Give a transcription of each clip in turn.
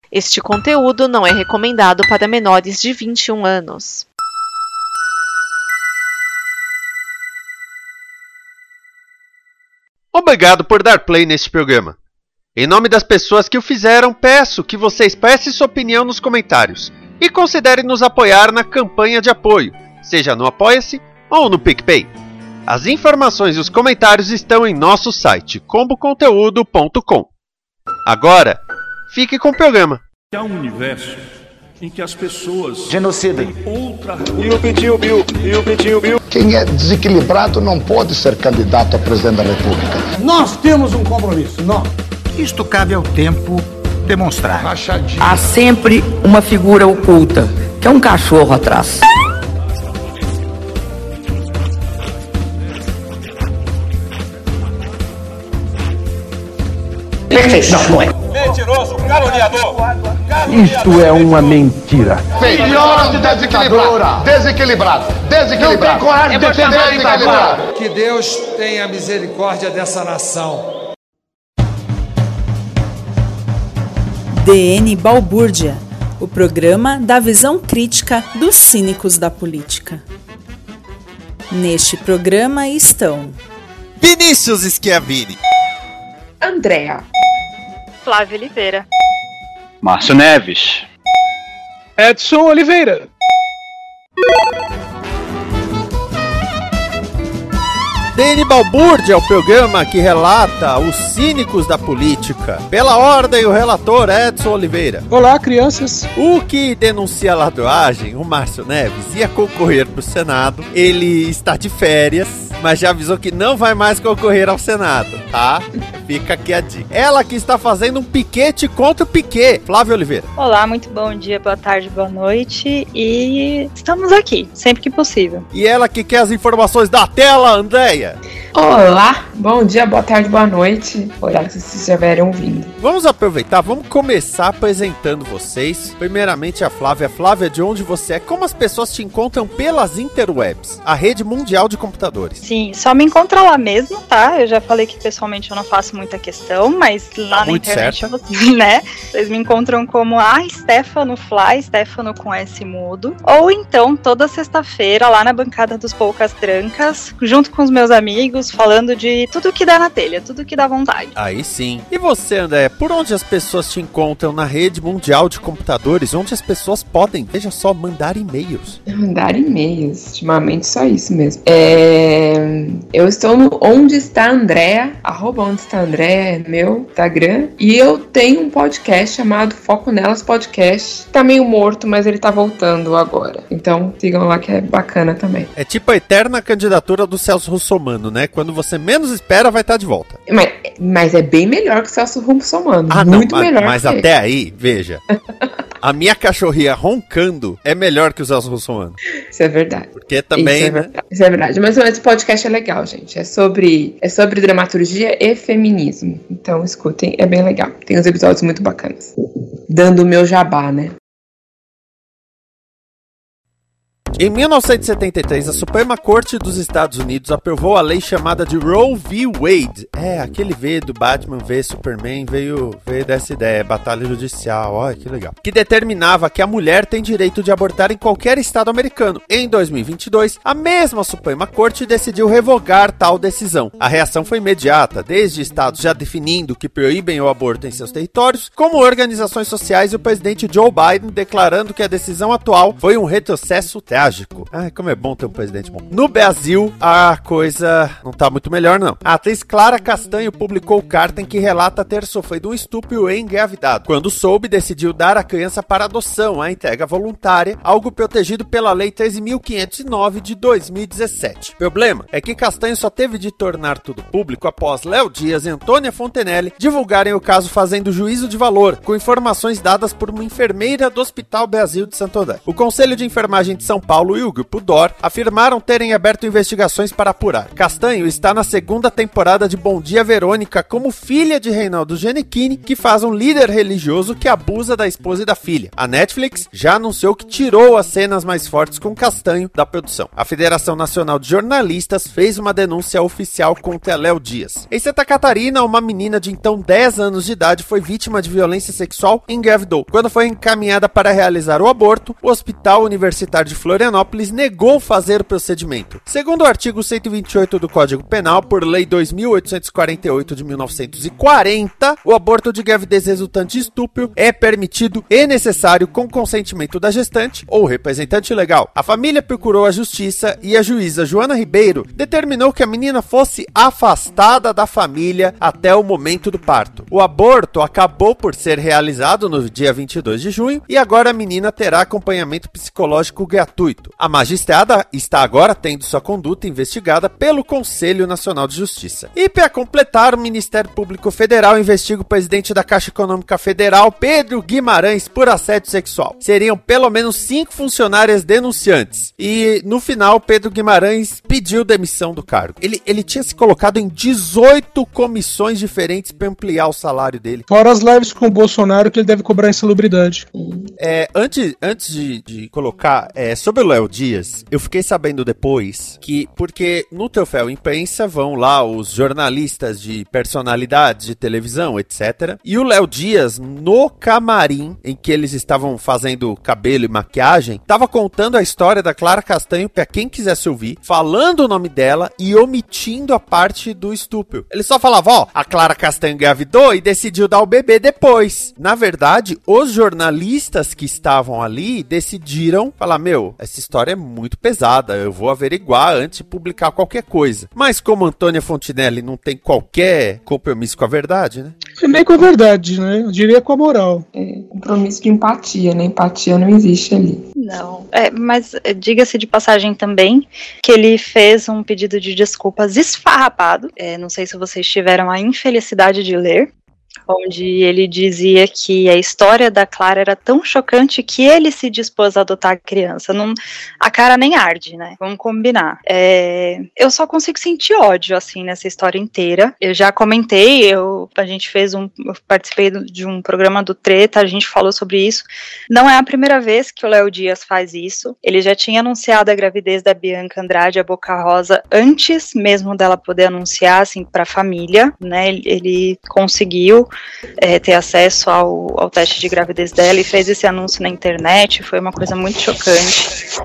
Este conteúdo não é recomendado para menores de 21 anos. Obrigado por dar play neste programa. Em nome das pessoas que o fizeram, peço que você expresse sua opinião nos comentários e considere nos apoiar na campanha de apoio, seja no Apoia-se ou no PicPay. As informações e os comentários estão em nosso site, comboconteúdo.com. Agora, fique com o programa. Há um universo em que as pessoas genocida têm outra... E o Pitinho Bill. Quem é desequilibrado não pode ser candidato a presidente da República. Nós temos um compromisso, nós. Isto cabe ao tempo demonstrar. Rachadinha. Há sempre uma figura oculta, que é um cachorro atrás. Perfeito, não é. Mentiroso, caluniador. Isto é uma mentira. Filhote desequilibrado. Não tem coragem de defender desequilibrado. Que Deus tenha misericórdia dessa nação. DN Balbúrdia, o programa da visão crítica dos cínicos da política. Neste programa estão Vinícius Schiavini, Andréa, Flávio Oliveira, Márcio Neves, Edson Oliveira. DN Balbúrdia é o programa que relata os cínicos da política. Pela ordem, o relator Edson Oliveira. Olá, crianças. O que denuncia a ladroagem, o Márcio Neves, ia concorrer para o Senado. Ele está de férias, mas já avisou que não vai mais concorrer ao Senado, tá? Fica aqui a dica. Ela que está fazendo um piquete contra o Piquet, Flávio Oliveira. Olá, muito bom dia, boa tarde, boa noite. E estamos aqui, sempre que possível. E ela que quer as informações da tela, Andréia. Olá, bom dia, boa tarde, boa noite, horário que vocês estiverem ouvindo. Vamos aproveitar, vamos começar apresentando vocês. Primeiramente a Flávia. Flávia, de onde você é? Como as pessoas te encontram pelas interwebs, a rede mundial de computadores? Sim, só me encontra lá mesmo, tá? Eu já falei que pessoalmente eu não faço muita questão, mas lá na internet, né? Vocês me encontram como a Stefano Fly, Stefano com S mudo. Ou então, toda sexta-feira, lá na bancada dos Poucas Trancas, junto com os meus amigos, falando de tudo que dá na telha, tudo que dá vontade. Aí sim. E você, André, por onde as pessoas te encontram na rede mundial de computadores, onde as pessoas podem, veja só, mandar e-mails? Mandar e-mails, ultimamente só isso mesmo. Eu estou no Onde Está Andréa, @Onde Está Andréa é meu Instagram, e eu tenho um podcast chamado Foco Nelas Podcast. Tá meio morto, mas ele tá voltando agora. Então sigam lá que é bacana também. É tipo a eterna candidatura do Celso Russomano, né? Quando você menos espera, vai estar de volta. Mas é bem melhor que o Celso Russomano. Ah, muito não, melhor. Mas até aí, veja. A minha cachorrinha roncando é melhor que o Celso Russomano. Isso é verdade. Porque também, Isso é verdade. Mas esse podcast é legal, gente. É sobre dramaturgia e feminismo. Então escutem, é bem legal. Tem uns episódios muito bacanas. Dando o meu jabá, né? Em 1973, a Suprema Corte dos Estados Unidos aprovou a lei chamada de Roe v. Wade. Aquele V do Batman v Superman veio dessa ideia, batalha judicial, olha que legal. Que determinava que a mulher tem direito de abortar em qualquer estado americano. Em 2022, a mesma Suprema Corte decidiu revogar tal decisão. A reação foi imediata, desde estados já definindo que proíbem o aborto em seus territórios, como organizações sociais e o presidente Joe Biden declarando que a decisão atual foi um retrocesso trágico. Ai, como é bom ter um presidente bom. No Brasil, a coisa não tá muito melhor, não. A atriz Clara Castanho publicou carta em que relata ter sofrido um estupro e engravidado. Quando soube, decidiu dar a criança para adoção, a entrega voluntária, algo protegido pela Lei 13.509 de 2017. O problema é que Castanho só teve de tornar tudo público após Léo Dias e Antônia Fontenelle divulgarem o caso fazendo juízo de valor, com informações dadas por uma enfermeira do Hospital Brasil de Santo André. O Conselho de Enfermagem de São Paulo Paulo e o Grupo DOR afirmaram terem aberto investigações para apurar. Castanho está na segunda temporada de Bom Dia Verônica como filha de Reinaldo Gianecchini, que faz um líder religioso que abusa da esposa e da filha. A Netflix já anunciou que tirou as cenas mais fortes com Castanho da produção. A Federação Nacional de Jornalistas fez uma denúncia oficial contra Léo Dias. Em Santa Catarina, uma menina de então 10 anos de idade foi vítima de violência sexual e engravidou. Quando foi encaminhada para realizar o aborto, o Hospital Universitário de Florianópolis negou fazer o procedimento. Segundo o artigo 128 do Código Penal, por Lei 2.848 de 1940, o aborto de gravidez resultante de estupro é permitido e necessário com consentimento da gestante ou representante legal. A família procurou a justiça e a juíza Joana Ribeiro determinou que a menina fosse afastada da família até o momento do parto. O aborto acabou por ser realizado no dia 22 de junho e agora a menina terá acompanhamento psicológico gratuito. A magistrada está agora tendo sua conduta investigada pelo Conselho Nacional de Justiça. E para completar, o Ministério Público Federal investiga o presidente da Caixa Econômica Federal, Pedro Guimarães, por assédio sexual. Seriam pelo menos 5 funcionárias denunciantes. E no final, Pedro Guimarães pediu demissão do cargo. Ele tinha se colocado em 18 comissões diferentes para ampliar o salário dele. Fora as lives com o Bolsonaro que ele deve cobrar insalubridade. Antes de colocar sobre o Léo Dias, eu fiquei sabendo depois que, porque no Troféu Imprensa vão lá os jornalistas de personalidades de televisão, etc. E o Léo Dias, no camarim em que eles estavam fazendo cabelo e maquiagem, tava contando a história da Clara Castanho pra quem quisesse ouvir, falando o nome dela e omitindo a parte do estupro. Ele só falava, a Clara Castanho engravidou e decidiu dar o bebê depois. Na verdade, os jornalistas que estavam ali decidiram falar, essa história é muito pesada, eu vou averiguar antes de publicar qualquer coisa. Mas como Antônia Fontinelli não tem qualquer compromisso com a verdade, né? Nem com a verdade, né? Eu diria com a moral. Compromisso de empatia, né? Empatia não existe ali. Não, mas diga-se de passagem também que ele fez um pedido de desculpas esfarrapado. Não sei se vocês tiveram a infelicidade de ler, onde ele dizia que a história da Clara era tão chocante que ele se dispôs a adotar a criança. A cara nem arde, né? Vamos combinar. Eu só consigo sentir ódio, assim, nessa história inteira. Eu já comentei, eu participei de um programa do Treta, a gente falou sobre isso. Não é a primeira vez que o Léo Dias faz isso. Ele já tinha anunciado a gravidez da Bianca Andrade, a Boca Rosa, antes mesmo dela poder anunciar, assim, pra família, né? Ele conseguiu ter acesso ao teste de gravidez dela e fez esse anúncio na internet. Foi uma coisa muito chocante.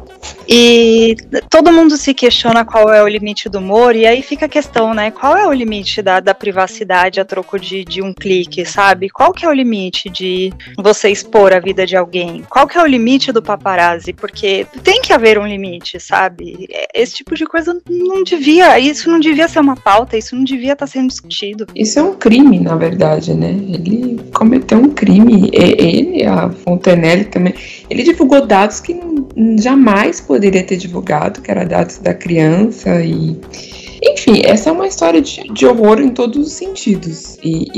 E todo mundo se questiona qual é o limite do humor, e aí fica a questão, né? Qual é o limite da privacidade a troco de um clique, sabe? Qual que é o limite de você expor a vida de alguém? Qual que é o limite do paparazzi? Porque tem que haver um limite, sabe? Esse tipo de coisa isso não devia ser uma pauta, isso não devia estar sendo discutido. Isso é um crime, na verdade, né? Ele cometeu um crime. A Fontenelle também. Ele divulgou dados que jamais poderia ter divulgado, que era dados da criança e... Enfim, essa é uma história de horror em todos os sentidos.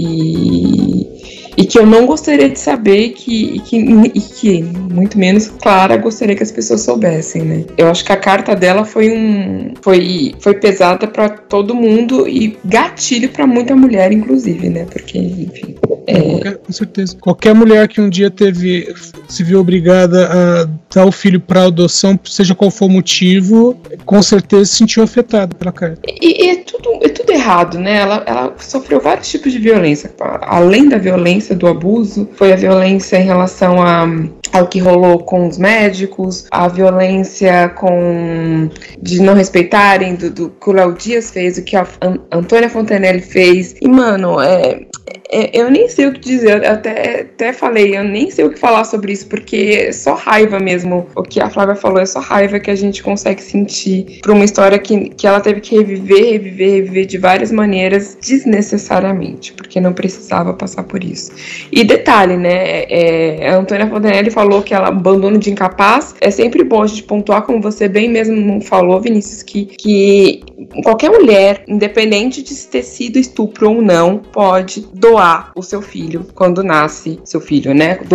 E que eu não gostaria de saber e que muito menos Clara gostaria que as pessoas soubessem, né? Eu acho que a carta dela foi pesada pra todo mundo e gatilho pra muita mulher, inclusive, né? Porque, enfim... Com certeza. Qualquer mulher que um dia se viu obrigada a dar o filho para adoção, seja qual for o motivo, com certeza se sentiu afetada pela carta. E é tudo errado, né? Ela sofreu vários tipos de violência. Além da violência do abuso, foi a violência em relação ao que rolou com os médicos, a violência de não respeitarem do que o Léo Dias fez, o que a Antônia Fontenelle fez. E, mano, eu nem sei o que dizer, eu até falei, eu nem sei o que falar sobre isso, porque é só raiva mesmo. O que a Flávia falou é só raiva que a gente consegue sentir por uma história que ela teve que reviver de várias maneiras desnecessariamente, porque não precisava passar por isso. E detalhe, né, a Antônia Fontenelle falou que ela abandono de incapaz. É sempre bom a gente pontuar, como você bem mesmo falou, Vinícius, que qualquer mulher, independente de ter sido estupro ou não, pode doar o seu filho quando nasce seu filho, né? Doar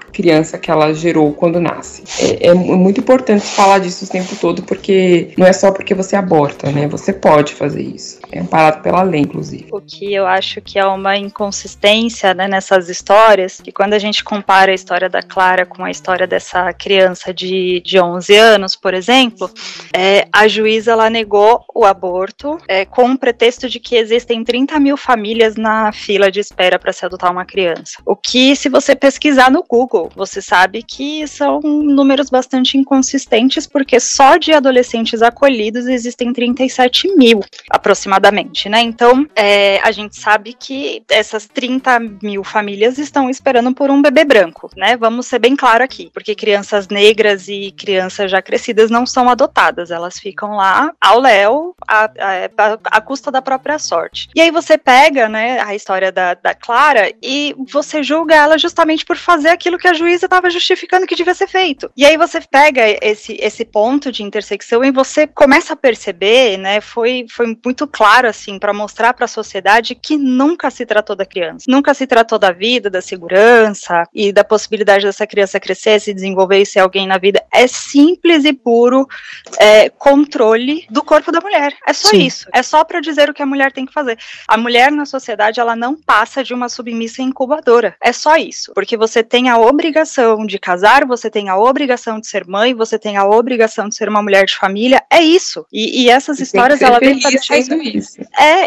criança que ela gerou quando nasce. É muito importante falar disso o tempo todo, porque não é só porque você aborta, né? Você pode fazer isso. É amparado pela lei, inclusive. O que eu acho que é uma inconsistência, né, nessas histórias, que quando a gente compara a história da Clara com a história dessa criança de 11 anos, por exemplo, a juíza ela negou o aborto com o pretexto de que existem 30 mil famílias na fila de espera para se adotar uma criança. O que, se você pesquisar no Google, você sabe que são números bastante inconsistentes, porque só de adolescentes acolhidos existem 37 mil, aproximadamente, né? Então, a gente sabe que essas 30 mil famílias estão esperando por um bebê branco, né? Vamos ser bem claro aqui, porque crianças negras e crianças já crescidas não são adotadas, elas ficam lá ao léu, à custa da própria sorte. E aí você pega, né, a história da Clara e você julga ela justamente por fazer aquilo que a juíza estava justificando que devia ser feito. E aí você pega esse ponto de intersecção e você começa a perceber, né, foi muito claro, assim, para mostrar para a sociedade que nunca se tratou da criança, nunca se tratou da vida, da segurança e da possibilidade dessa criança crescer, se desenvolver e ser alguém na vida. É simples e puro controle do corpo da mulher. É só isso. É só para dizer o que a mulher tem que fazer. A mulher na sociedade, ela não passa de uma submissa incubadora. É só isso. Porque você tem a obrigação de casar, você tem a obrigação de ser mãe, você tem a obrigação de ser uma mulher de família. É isso. E essas histórias, ela veio para deixar isso.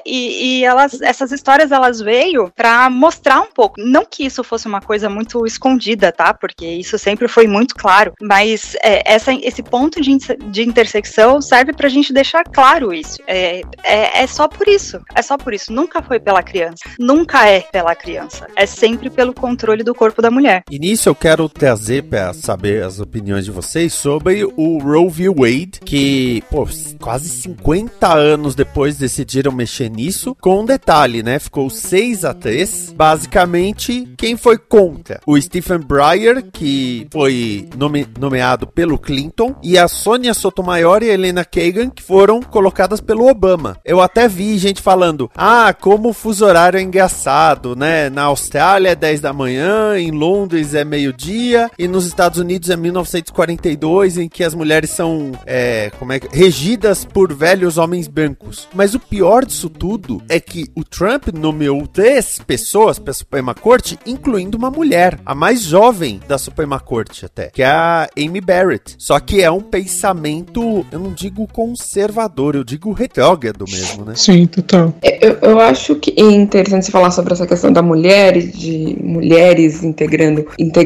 Essas histórias, elas veio para mostrar um pouco. Não que isso fosse uma coisa muito escondida, tá? Porque isso sempre foi muito claro. Mas esse ponto de intersecção serve pra gente deixar claro isso. É só por isso. É só por isso. Nunca foi pela criança. Nunca é pela criança. É sempre pelo controle do corpo da mulher. E nisso eu quero trazer para saber as opiniões de vocês sobre o Roe v. Wade, que, quase 50 anos depois decidiram mexer nisso, com um detalhe, né? Ficou 6-3. Basicamente, quem foi contra? O Stephen Breyer, que foi nomeado pelo Clinton, e a Sonia Sotomayor e a Elena Kagan, que foram colocadas pelo Obama. Eu até vi gente falando, como o fuso horário é engraçado, né? Na Austrália é 10 da manhã, em Londres é meio-dia, e nos Estados Unidos é 1942, em que as mulheres são regidas por velhos homens brancos. Mas o pior disso tudo é que o Trump nomeou 3 pessoas para a Suprema Corte, incluindo uma mulher, a mais jovem da Suprema Corte até, que é a Amy Barrett. Só que é um pensamento, eu não digo conservador, eu digo retrógrado mesmo, né? Sim, total. Eu acho que é interessante você falar sobre essa questão da mulher, de mulheres integrando,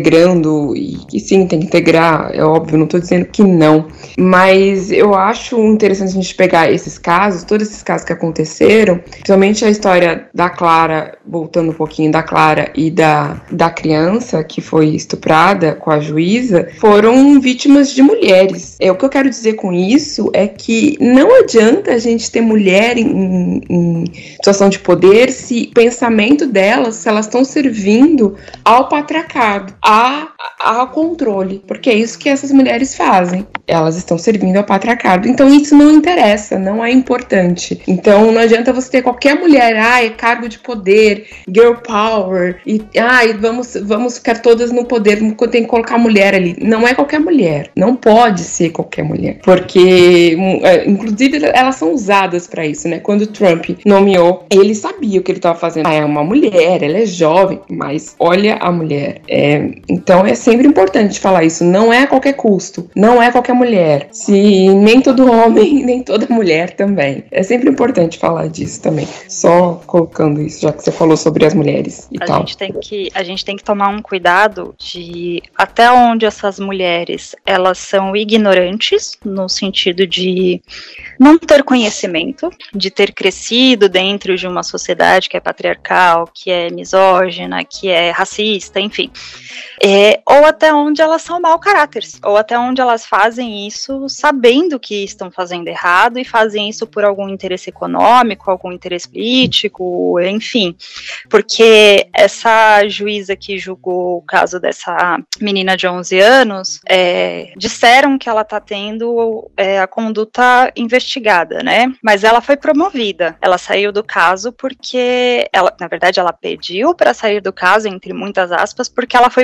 e que sim, tem que integrar, é óbvio, não tô dizendo que não, mas eu acho interessante a gente pegar esses casos, todos esses casos que aconteceram, principalmente a história da Clara, voltando um pouquinho da Clara e da criança que foi estuprada com a juíza, foram vítimas de mulheres. O que eu quero dizer com isso é que não adianta a gente ter mulher em situação de poder se o pensamento delas, se elas estão servindo ao patriarcado, ao controle, porque é isso que essas mulheres fazem. Elas estão servindo ao patriarcado. Então isso não interessa, não é importante. Então não adianta você ter qualquer mulher, é cargo de poder, girl power, e vamos ficar todas no poder, tem que colocar a mulher ali. Não é qualquer mulher, não pode ser qualquer mulher, porque inclusive elas são usadas para isso, né? Quando o Trump nomeou, ele sabia o que ele estava fazendo. É uma mulher, ela é jovem, mas olha a mulher. Então é sempre importante falar isso, não é a qualquer custo, não é qualquer mulher, se nem todo homem, nem toda mulher também. É sempre importante falar disso também, só colocando isso, já que você falou sobre as mulheres e tal. A gente tem que tomar um cuidado de até onde essas mulheres, elas são ignorantes, no sentido de não ter conhecimento, de ter crescido dentro de uma sociedade que é patriarcal, que é misógina, que é racista, enfim. Ou até onde elas são mau caráteres, ou até onde elas fazem isso sabendo que estão fazendo errado e fazem isso por algum interesse econômico, algum interesse político, enfim. Porque essa juíza que julgou o caso dessa menina de 11 anos, disseram que ela está tendo a conduta investigada, né? Mas ela foi promovida. Ela saiu do caso porque, na verdade, ela pediu para sair do caso, entre muitas aspas, porque ela foi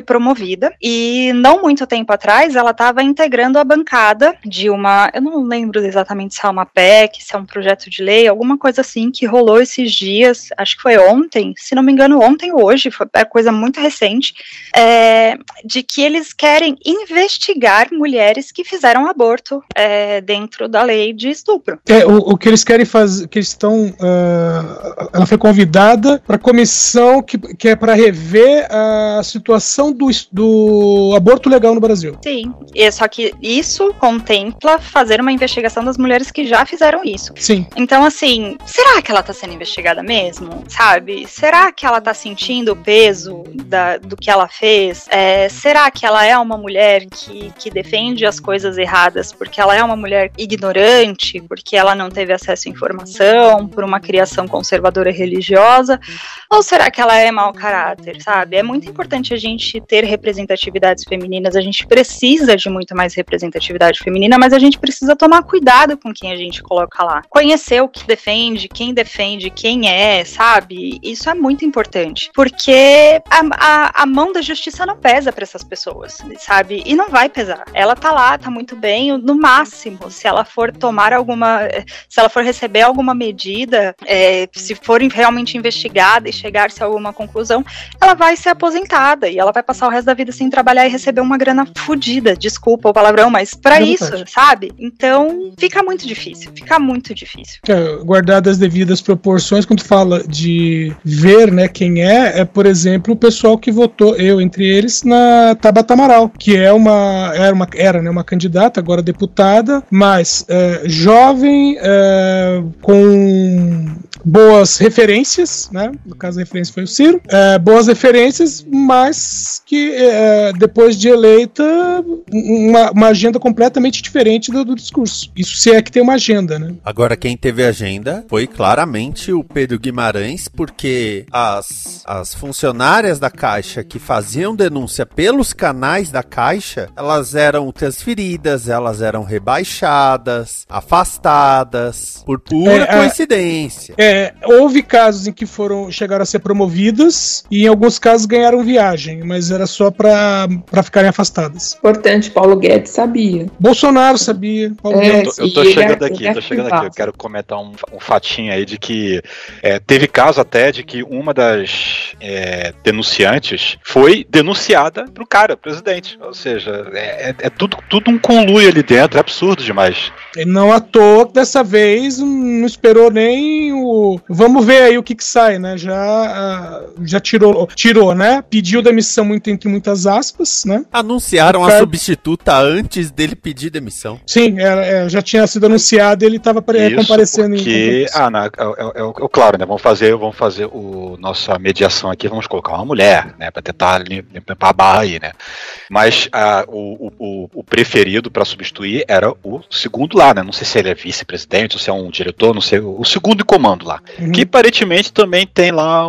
foi promovida e não muito tempo atrás ela estava integrando a bancada de uma, eu não lembro exatamente se é uma PEC, se é um projeto de lei, alguma coisa assim que rolou esses dias, acho que foi ontem, se não me engano ontem ou hoje, é coisa muito recente, de que eles querem investigar mulheres que fizeram aborto dentro da lei de estupro. O que eles querem fazer, que eles estão, ela foi convidada para a comissão que é para rever a situação do aborto legal no Brasil. Sim, só que isso contempla fazer uma investigação das mulheres que já fizeram isso. Sim. Então, assim, será que ela está sendo investigada mesmo? Sabe? Será que ela está sentindo o peso do que ela fez? Será que ela é uma mulher que defende as coisas erradas porque ela é uma mulher ignorante, porque ela não teve acesso à informação, por uma criação conservadora e religiosa? Ou será que ela é mau caráter, sabe? É muito importante a gente ter representatividades femininas, a gente precisa de muito mais representatividade feminina, mas a gente precisa tomar cuidado com quem a gente coloca lá. Conhecer o que defende, quem é, sabe? Isso é muito importante, porque a mão da justiça não pesa para essas pessoas, sabe? E não vai pesar. Ela tá lá, tá muito bem, no máximo, se ela for se ela for receber alguma medida, se for realmente investigada e chegar-se a alguma conclusão, ela vai ser aposentada e ela vai passar o resto da vida sem trabalhar e receber uma grana fodida, desculpa o palavrão, mas pra isso, sabe? Então, fica muito difícil. Guardadas as devidas proporções, quando fala de ver, né, quem é, por exemplo, o pessoal que votou, eu entre eles, na Tabata Amaral, que era uma candidata, agora deputada, mas jovem, com boas referências, né? No caso, a referência foi o Ciro. Boas referências, mas que depois de eleita, uma agenda completamente diferente do discurso. Isso se é que tem uma agenda, né? Agora, quem teve agenda foi claramente o Pedro Guimarães, porque as funcionárias da Caixa que faziam denúncia pelos canais da Caixa, elas eram transferidas, elas eram rebaixadas, afastadas, por pura coincidência. Houve casos em que chegaram a ser promovidas e em alguns casos ganharam viagem, mas era só pra ficarem afastadas. Importante, Paulo Guedes sabia. Bolsonaro sabia. Eu tô chegando aqui. Eu quero comentar um fatinho aí de que teve caso até de que uma das denunciantes foi denunciada pro cara, presidente. Ou seja, tudo um conluio ali dentro, é absurdo demais. E não à toa, dessa vez, não esperou nem o... Vamos ver aí o que sai, né? Já tirou, né? Pediu demissão entre muitas aspas, né? Anunciaram a substituta antes dele pedir demissão. Sim, já tinha sido anunciado e ele estava comparecendo. Porque, claro, né? Vamos fazer nossa mediação aqui, vamos colocar uma mulher, né? Pra tentar limpar a barra aí, né? Mas o preferido para substituir era o segundo lá, né? Não sei se ele é vice-presidente ou se é um diretor, não sei, o segundo em comando lá. Que aparentemente também tem lá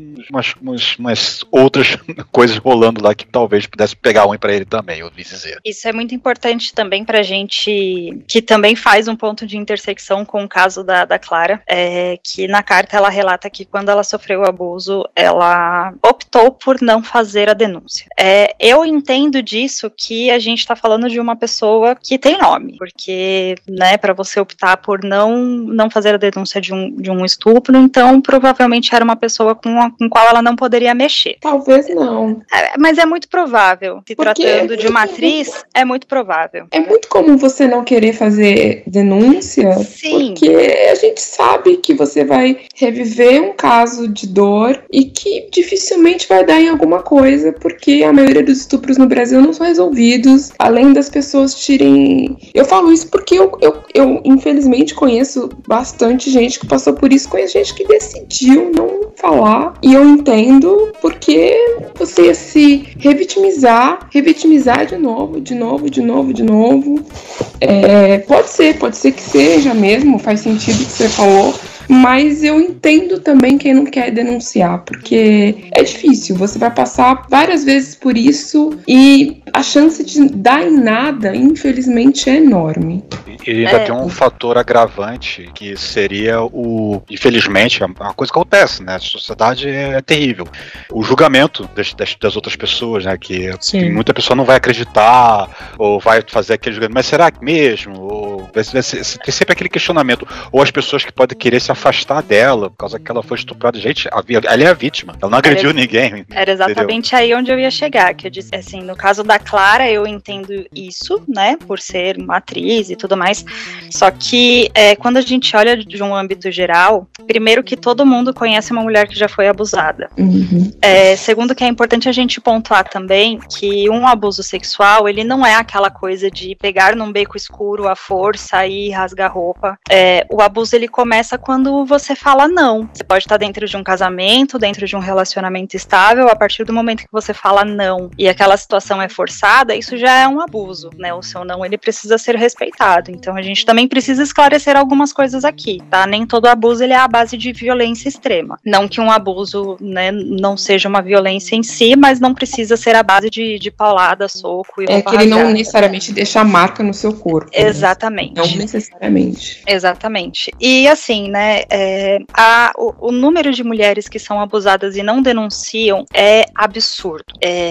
umas outras coisas rolando lá que talvez pudesse pegar um pra ele também, eu ouvi dizer. Isso é muito importante também pra gente, que também faz um ponto de intersecção com o caso da Clara, que na carta ela relata que quando ela sofreu o abuso, ela optou por não fazer a denúncia. Eu entendo disso que a gente tá falando de uma pessoa que tem nome, porque, né, pra você optar por não fazer a denúncia de um estupro, então provavelmente era uma pessoa com qual ela não poderia mexer. Talvez não. Mas é muito provável. Se tratando de uma atriz, é muito provável. É muito comum você não querer fazer denúncia. Sim. Porque a gente sabe que você vai reviver um caso de dor e que dificilmente vai dar em alguma coisa, porque a maioria dos estupros no Brasil não são resolvidos, além das pessoas tirem... Eu falo isso porque eu infelizmente conheço bastante gente que passou por isso, conheço gente que decidiu não falar, e eu entendo porque você ia se revitimizar de novo. Pode ser que seja mesmo, faz sentido o que você falou, Mas eu entendo também quem não quer denunciar, porque é difícil, você vai passar várias vezes por isso e a chance de dar em nada, infelizmente, é enorme. E ainda tem um fator agravante que seria infelizmente, é uma coisa que acontece, né? A sociedade é terrível. O julgamento das outras pessoas, né? Que muita pessoa não vai acreditar, ou vai fazer aquele julgamento, mas será que mesmo? Ou tem sempre aquele questionamento. Ou as pessoas que podem querer se afastar dela por causa que ela foi estuprada. Gente, ela é a vítima. Ela não agrediu ninguém. Era exatamente aí onde eu ia chegar. Que eu disse, assim, no caso da Clara, eu entendo isso, né? Por ser uma atriz e tudo mais. Só que quando a gente olha de um âmbito geral, primeiro que todo mundo conhece uma mulher que já foi abusada. Uhum. Segundo que é importante a gente pontuar também que um abuso sexual, ele não é aquela coisa de pegar num beco escuro à força e rasgar roupa. O abuso, ele começa quando você fala não. Você pode estar dentro de um casamento, dentro de um relacionamento estável, a partir do momento que você fala não e aquela situação é forçada, isso já é um abuso, né? O seu não, ele precisa ser respeitado. Então a gente também precisa esclarecer algumas coisas aqui, tá? Nem todo abuso, ele é à base de violência extrema. Não que um abuso, né, não seja uma violência em si, mas não precisa ser à base de paulada, soco e roupa que ele não rasgada. Necessariamente deixa marca no seu corpo. Exatamente. Não necessariamente. Exatamente. E assim, né, o número de mulheres que são abusadas e não denunciam é absurdo.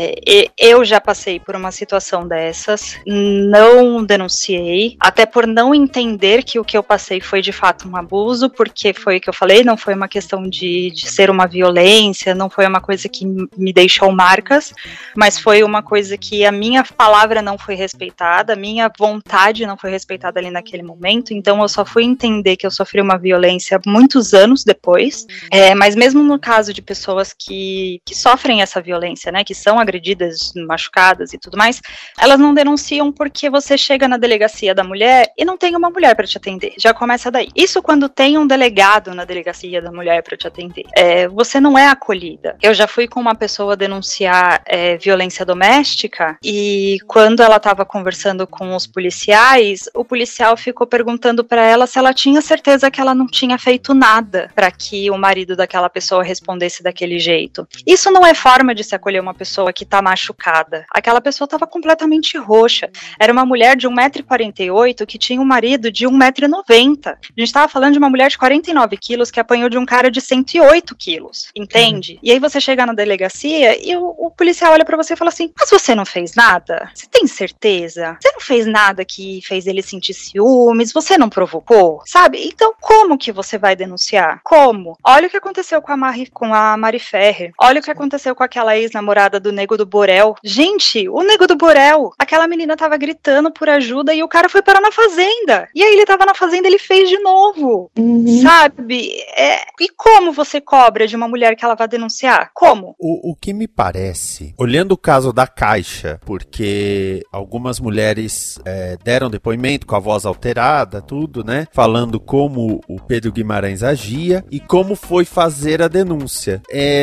Eu já passei por uma situação dessas, não denunciei, até por não entender que o que eu passei foi de fato um abuso, porque foi o que eu falei, não foi uma questão de ser uma violência, não foi uma coisa que me deixou marcas, mas foi uma coisa que a minha palavra não foi respeitada, a minha vontade não foi respeitada ali naquele momento, então eu só fui entender que eu sofri uma violência muitos anos depois, mas mesmo no caso de pessoas que sofrem essa violência, né, que são agredidas, machucadas e tudo mais, elas não denunciam porque você chega na delegacia da mulher e não tem uma mulher para te atender, já começa daí. Isso quando tem um delegado na delegacia da mulher para te atender, você não é acolhida. Eu já fui com uma pessoa denunciar violência doméstica e quando ela estava conversando com os policiais, o policial ficou perguntando para ela se ela tinha certeza que ela não tinha feito nada para que o marido daquela pessoa respondesse daquele jeito. Isso não é forma de se acolher uma pessoa que tá machucada. Aquela pessoa estava completamente roxa. Era uma mulher de 1,48 m que tinha um marido de 1,90 m. A gente estava falando de uma mulher de 49 quilos que apanhou de um cara de 108 quilos, entende? E aí você chega na delegacia e o policial olha pra você e fala assim, mas você não fez nada? Você tem certeza? Você não fez nada que fez ele sentir ciúmes? Você não provocou? Sabe? Então como que você vai denunciar? Como? Olha o que aconteceu com a Mari Ferrer. Olha o que aconteceu com aquela ex-namorada do Nego do Borel. Gente, o Nego do Borel, aquela menina tava gritando por ajuda e o cara foi parar na fazenda. E aí ele tava na fazenda, ele fez de novo. Sabe? E como você cobra de uma mulher que ela vai denunciar? Como? O que me parece, olhando o caso da Caixa, porque algumas mulheres deram depoimento com a voz alterada, tudo, né? Falando como o Pedro Guimarães agia e como foi fazer a denúncia.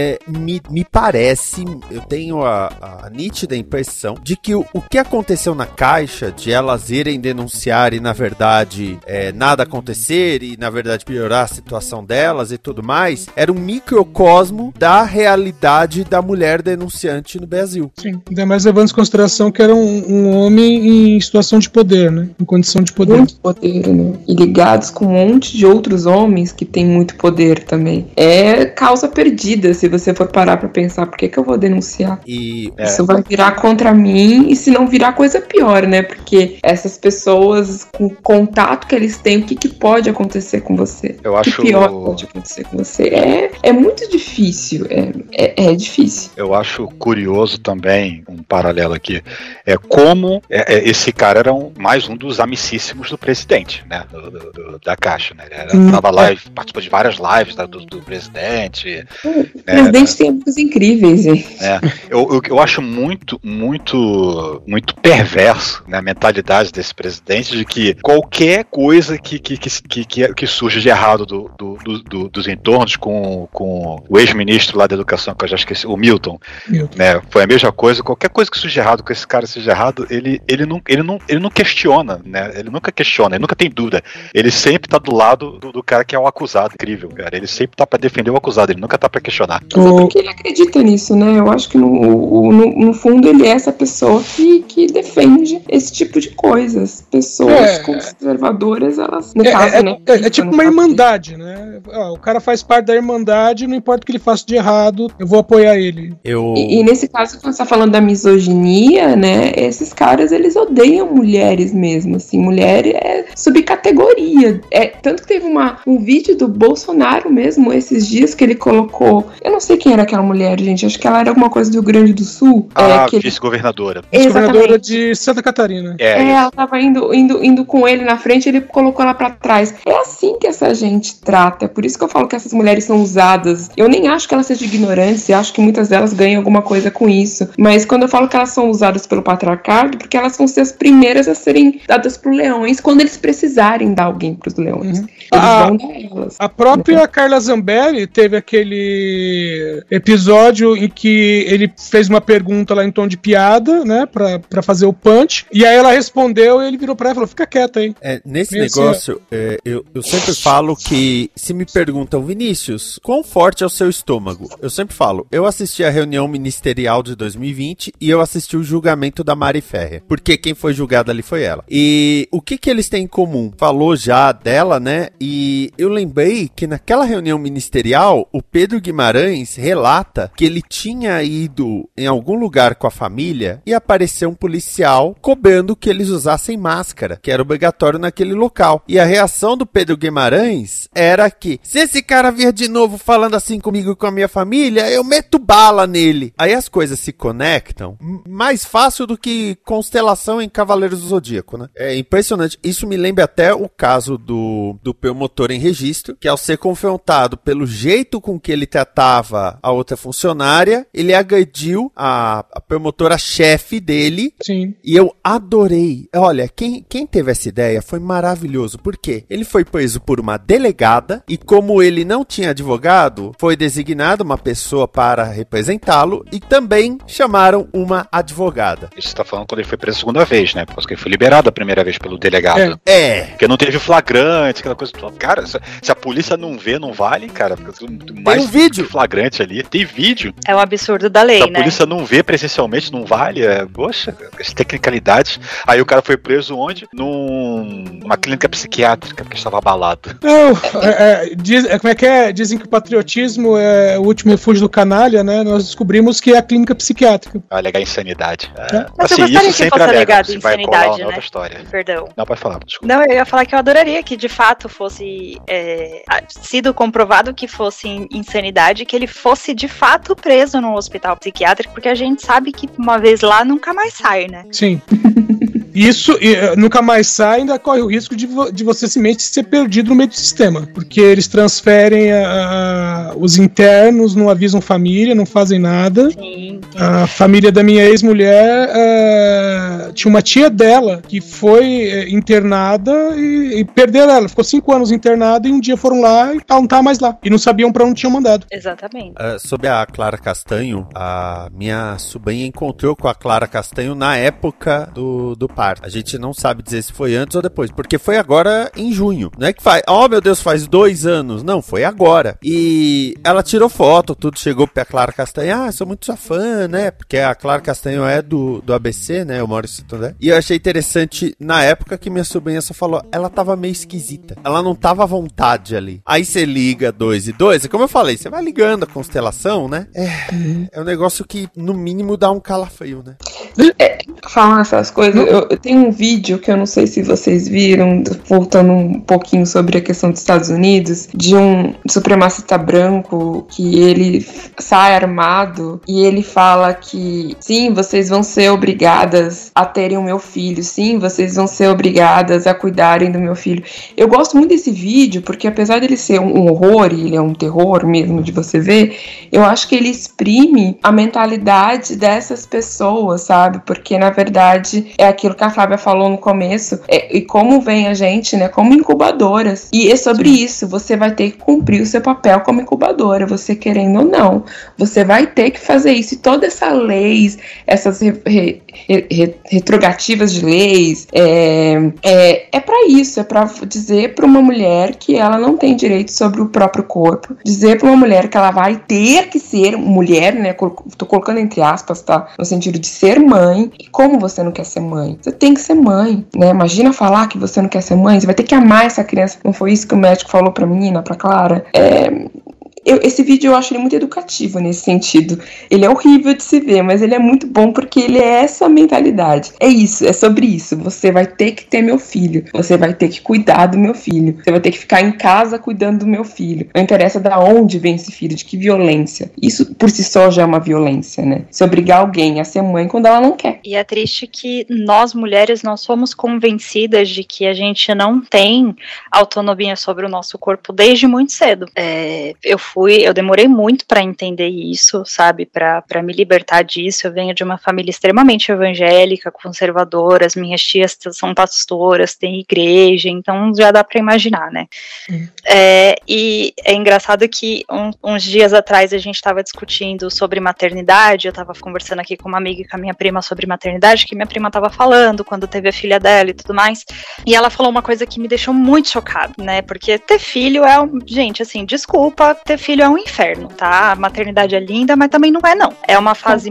Me parece, eu tenho a nítida impressão de que o que aconteceu na Caixa, de elas irem denunciar e na verdade nada acontecer e na verdade piorar a situação delas e tudo mais, era um microcosmo da realidade da mulher denunciante no Brasil. Sim, ainda mais levando em consideração que era um homem em situação de poder, né? Em condição de poder. Muito poder, né? E ligados com um monte de outros homens que têm muito poder também. É causa perdida, se você for parar pra pensar, por que eu vou denunciar? Isso vai virar contra mim, e se não virar coisa pior, né? Porque essas pessoas, com o contato que eles têm, o que pode acontecer com você? Eu acho... O que pior pode acontecer com você? É muito difícil, é difícil. Eu acho curioso também, um paralelo aqui, como esse cara era mais um dos amicíssimos do presidente, né? Da Caixa, né? Ele tava lá e participou de várias lives do presidente. O presidente tem amigos incríveis, gente. Eu acho muito perverso, né, a mentalidade desse presidente de que qualquer coisa que surge de errado dos entornos com o ex-ministro lá da educação, que eu já esqueci, o Milton. Né, foi a mesma coisa, qualquer coisa que surge errado, que esse cara seja errado, ele não questiona, né, ele nunca questiona, ele nunca tem dúvida. Ele sempre tá do lado do cara que é o acusado. Incrível, cara. Ele sempre tá pra defender o acusado, ele nunca tá pra questionar. Mas é porque ele acredita nisso, né? Eu acho que no fundo ele é essa pessoa que defende esse tipo de coisas. Pessoas conservadoras, elas... No caso, né? É tipo uma irmandade, né? O cara faz parte da irmandade, não importa o que ele faça de errado, eu vou apoiar ele. E nesse caso, quando você tá falando da misoginia, né? Esses caras, eles odeiam mulheres mesmo, assim. Mulher é subcategoria. Tanto que teve um vídeo do Bolsonaro mesmo, esses dias, que ele colocou... Eu não sei quem era aquela mulher, gente. Acho que ela era alguma coisa do Rio Grande do Sul. Vice-governadora. Vice-governadora de Santa Catarina. Ela tava indo com ele na frente, ele colocou ela pra trás. É assim que essa gente trata. É por isso que eu falo que essas mulheres são usadas. Eu nem acho que elas sejam ignorantes, acho que muitas delas ganham alguma coisa com isso. Mas quando eu falo que elas são usadas pelo patriarcado, porque elas vão ser as primeiras a serem dadas pros leões quando eles precisarem dar alguém pros leões. Eles vão dar elas. A própria Carla Zambelli teve aquele episódio em que ele fez uma pergunta lá em tom de piada, né, pra fazer o punch, e aí ela respondeu e ele virou pra ela e falou, fica quieta aí. Nesse negócio, eu sempre falo que se me perguntam, Vinícius, quão forte é o seu estômago? Eu sempre falo, eu assisti a reunião ministerial de 2020 e eu assisti o julgamento da Mari Ferrer, porque quem foi julgada ali foi ela. E o que eles têm em comum? Falou já dela, né? E eu lembrei que naquela reunião ministerial, o Pedro Guimarães relata que ele tinha ido em algum lugar com a família e apareceu um policial cobrando que eles usassem máscara, que era obrigatório naquele local. E a reação do Pedro Guimarães era que, se esse cara vier de novo falando assim comigo e com a minha família, eu meto bala nele. Aí as coisas se conectam mais fácil do que constelação em Cavaleiros do Zodíaco, né? É impressionante. Isso me lembra até o caso do promotor em registro, que ao ser confrontado pelo jeito com que ele tratava a outra funcionária, ele agrediu a promotora-chefe dele. Sim. E eu adorei. Olha, quem teve essa ideia foi maravilhoso. Por quê? Ele foi preso por uma delegada e como ele não tinha advogado, foi designado uma pessoa para representá-lo e também chamaram uma advogada. Isso você tá falando quando ele foi preso a segunda vez, né? Porque ele foi liberado a primeira vez pelo delegado. Porque não teve flagrante, aquela coisa toda. Cara, se a polícia não vê, não vale, cara. Mais tem um vídeo flagrante ali. Tem vídeo. É o absurdo da lei, né? Se a polícia não vê presencialmente, não vale. Poxa, as tecnicalidades. Aí o cara foi preso onde? Numa clínica psiquiátrica, porque estava abalado. Como é que é? Dizem que o patriotismo é o último refúgio do canalha, né? Nós descobrimos que é a clínica psiquiátrica. Alegar insanidade. Mas assim, eu gostaria isso que sempre fosse alega, alegado se vai insanidade, colar né? outra história. Perdão. Não, pode falar, desculpa. Não, eu ia falar que eu adoraria que de fato fosse sido comprovado que fosse insanidade, que ele fosse de fato preso num hospital psiquiátrico, porque a gente sabe que uma vez lá nunca mais sai, né? Sim. Isso nunca mais sai, ainda corre o risco de você simplesmente ser perdido no meio do sistema. Porque eles transferem os internos, não avisam família, não fazem nada. Sim. A família da minha ex-mulher tinha uma tia dela que foi internada e perderam ela. Ficou 5 anos internada e um dia foram lá e ela não tá mais lá. E não sabiam pra onde tinham mandado. Exatamente. Sobre a Clara Castanho, a minha sobrinha encontrou com a Clara Castanho na época do parto. A gente não sabe dizer se foi antes ou depois, porque foi agora em junho. Não é que faz, oh meu Deus, faz 2 anos. Não, foi agora. E ela tirou foto, tudo chegou pra Clara Castanho. Sou muito sua fã, né? Porque a Clara Castanho é do ABC, né? Eu moro em Santo André. E eu achei interessante, na época que minha sobrinha só falou, ela tava meio esquisita. Ela não tava à vontade ali. Aí você liga 2 e 2, e como eu falei, você vai ligando a constelação, né? É um negócio que, no mínimo, dá um calafrio, né? Falar essas coisas, eu tenho um vídeo que eu não sei se vocês viram, voltando um pouquinho sobre a questão dos Estados Unidos, de um supremacista branco que ele sai armado e ele fala que sim, vocês vão ser obrigadas a terem o meu filho, sim, vocês vão ser obrigadas a cuidarem do meu filho. Eu gosto muito desse vídeo porque apesar dele ser um horror, e ele é um terror mesmo de você ver, eu acho que ele exprime a mentalidade dessas pessoas, sabe? sabe? Porque, na verdade, é aquilo que a Flávia falou no começo, e como vem a gente, né, como incubadoras. E é sobre isso, você vai ter que cumprir o seu papel como incubadora, você querendo ou não. Você vai ter que fazer isso. E toda essa leis, essas retrogativas de leis, é para isso, é para dizer para uma mulher que ela não tem direito sobre o próprio corpo, dizer para uma mulher que ela vai ter que ser mulher, né, tô colocando entre aspas, tá, no sentido de ser mãe. E como você não quer ser mãe? Você tem que ser mãe, né? Imagina falar que você não quer ser mãe, você vai ter que amar essa criança. Não foi isso que o médico falou pra menina, pra Clara? Esse vídeo eu acho ele muito educativo nesse sentido. Ele é horrível de se ver, mas ele é muito bom porque ele é essa mentalidade. É isso, é sobre isso. Você vai ter que ter meu filho. Você vai ter que cuidar do meu filho. Você vai ter que ficar em casa cuidando do meu filho. Não interessa de onde vem esse filho, de que violência. Isso por si só já é uma violência, né? Se obrigar alguém a ser mãe quando ela não quer. E é triste que nós, mulheres, nós somos convencidas de que a gente não tem autonomia sobre o nosso corpo desde muito cedo. Eu demorei muito para entender isso, sabe, para me libertar disso. Eu venho de uma família extremamente evangélica, conservadora, as minhas tias são pastoras, tem igreja, então já dá para imaginar, né? E é engraçado que uns dias atrás a gente estava discutindo sobre maternidade, eu estava conversando aqui com uma amiga e com a minha prima sobre maternidade, que minha prima estava falando quando teve a filha dela e tudo mais, e ela falou uma coisa que me deixou muito chocada, né, porque ter filho gente, assim, desculpa, ter filho é um inferno, tá? A maternidade é linda, mas também não é, não. É uma fase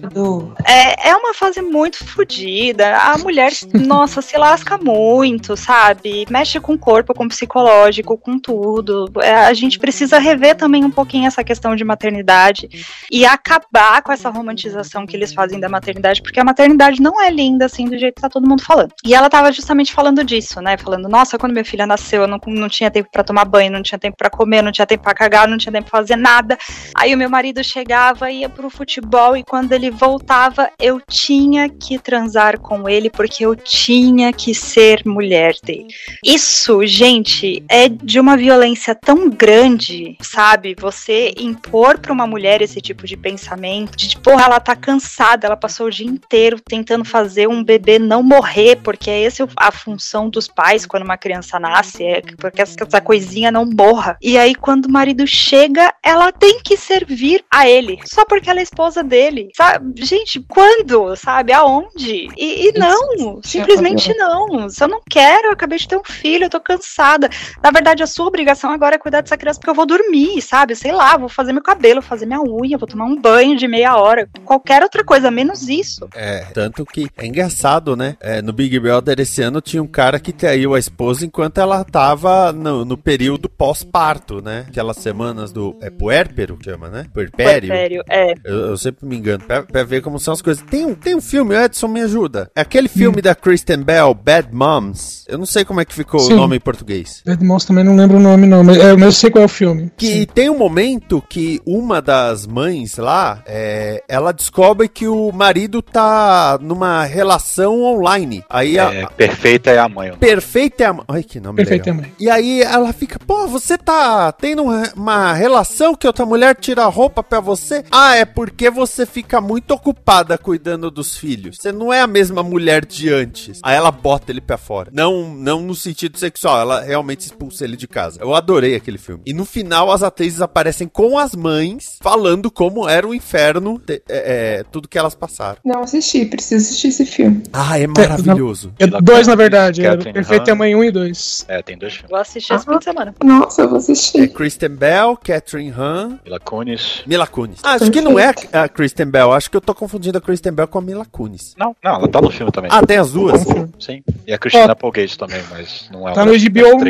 é uma fase muito fodida. A mulher, nossa, se lasca muito, sabe? Mexe com o corpo, com o psicológico, com tudo. A gente precisa rever também um pouquinho essa questão de maternidade e acabar com essa romantização que eles fazem da maternidade, porque a maternidade não é linda, assim, do jeito que tá todo mundo falando. E ela tava justamente falando disso, né? Falando, nossa, quando minha filha nasceu, eu não tinha tempo pra tomar banho, não tinha tempo pra comer, não tinha tempo pra cagar, não tinha tempo pra fazer nada. Aí o meu marido chegava, ia pro futebol, e quando ele voltava, eu tinha que transar com ele, porque eu tinha que ser mulher dele. Isso, gente, é de uma violência tão grande, sabe? Você impor pra uma mulher esse tipo de pensamento, de porra, ela tá cansada, ela passou o dia inteiro tentando fazer um bebê não morrer, porque é essa a função dos pais quando uma criança nasce, porque essa coisinha não morra. E aí quando o marido chega, ela tem que servir a ele, só porque ela é esposa dele, sabe? Gente, quando? Sabe? Aonde? E não, simplesmente não. Se eu não quero, eu acabei de ter um filho, eu tô cansada. Na verdade, a sua obrigação agora é cuidar dessa criança porque eu vou dormir, sabe? Sei lá, vou fazer meu cabelo, vou fazer minha unha, vou tomar um banho de meia hora, qualquer outra coisa, menos isso. Tanto que é engraçado, né? No Big Brother esse ano tinha um cara que traiu a esposa enquanto ela tava no período pós-parto, né? Aquelas semanas do puérpero, que chama, né? Puerpério. Eu sempre me engano, pra ver como são as coisas. Tem um filme, Edson, me ajuda. É aquele filme da Kristen Bell, Bad Moms. Eu não sei como é que ficou o nome em português. Bad Moms também não lembro o nome, não, mas eu sei qual é o filme. Que tem um momento que uma das mães lá, ela descobre que o marido tá numa relação online. Aí Perfeita é a mãe. Perfeita é a mãe. Ai, que nome Perfeita legal. é a mãe. E aí ela fica, pô, você tá tendo uma relação que outra mulher tira a roupa pra você? Ah, é porque você fica muito ocupada cuidando dos filhos. Você não é a mesma mulher de antes. Aí ela bota ele pra fora. Não no sentido sexual, ela realmente expulsa ele de casa. Eu adorei aquele filme. E no final as atrizes aparecem com as mães falando como era o inferno, tudo que elas passaram. Não assisti, preciso assistir esse filme. Ah, é maravilhoso. Dois, na verdade. Perfeita é a Mãe 1 e 2. Tem dois filmes. Vou assistir esse fim de semana. Nossa, eu vou assistir. Kristen Bell, Catherine Hahn, Mila Kunis. acho que não é a Kristen Bell. Acho que eu tô confundindo a Kristen Bell com a Mila Kunis. Não, ela tá no filme também. Ah, tem as duas? Sim. E a Christina Applegate também, mas não é tá no HBO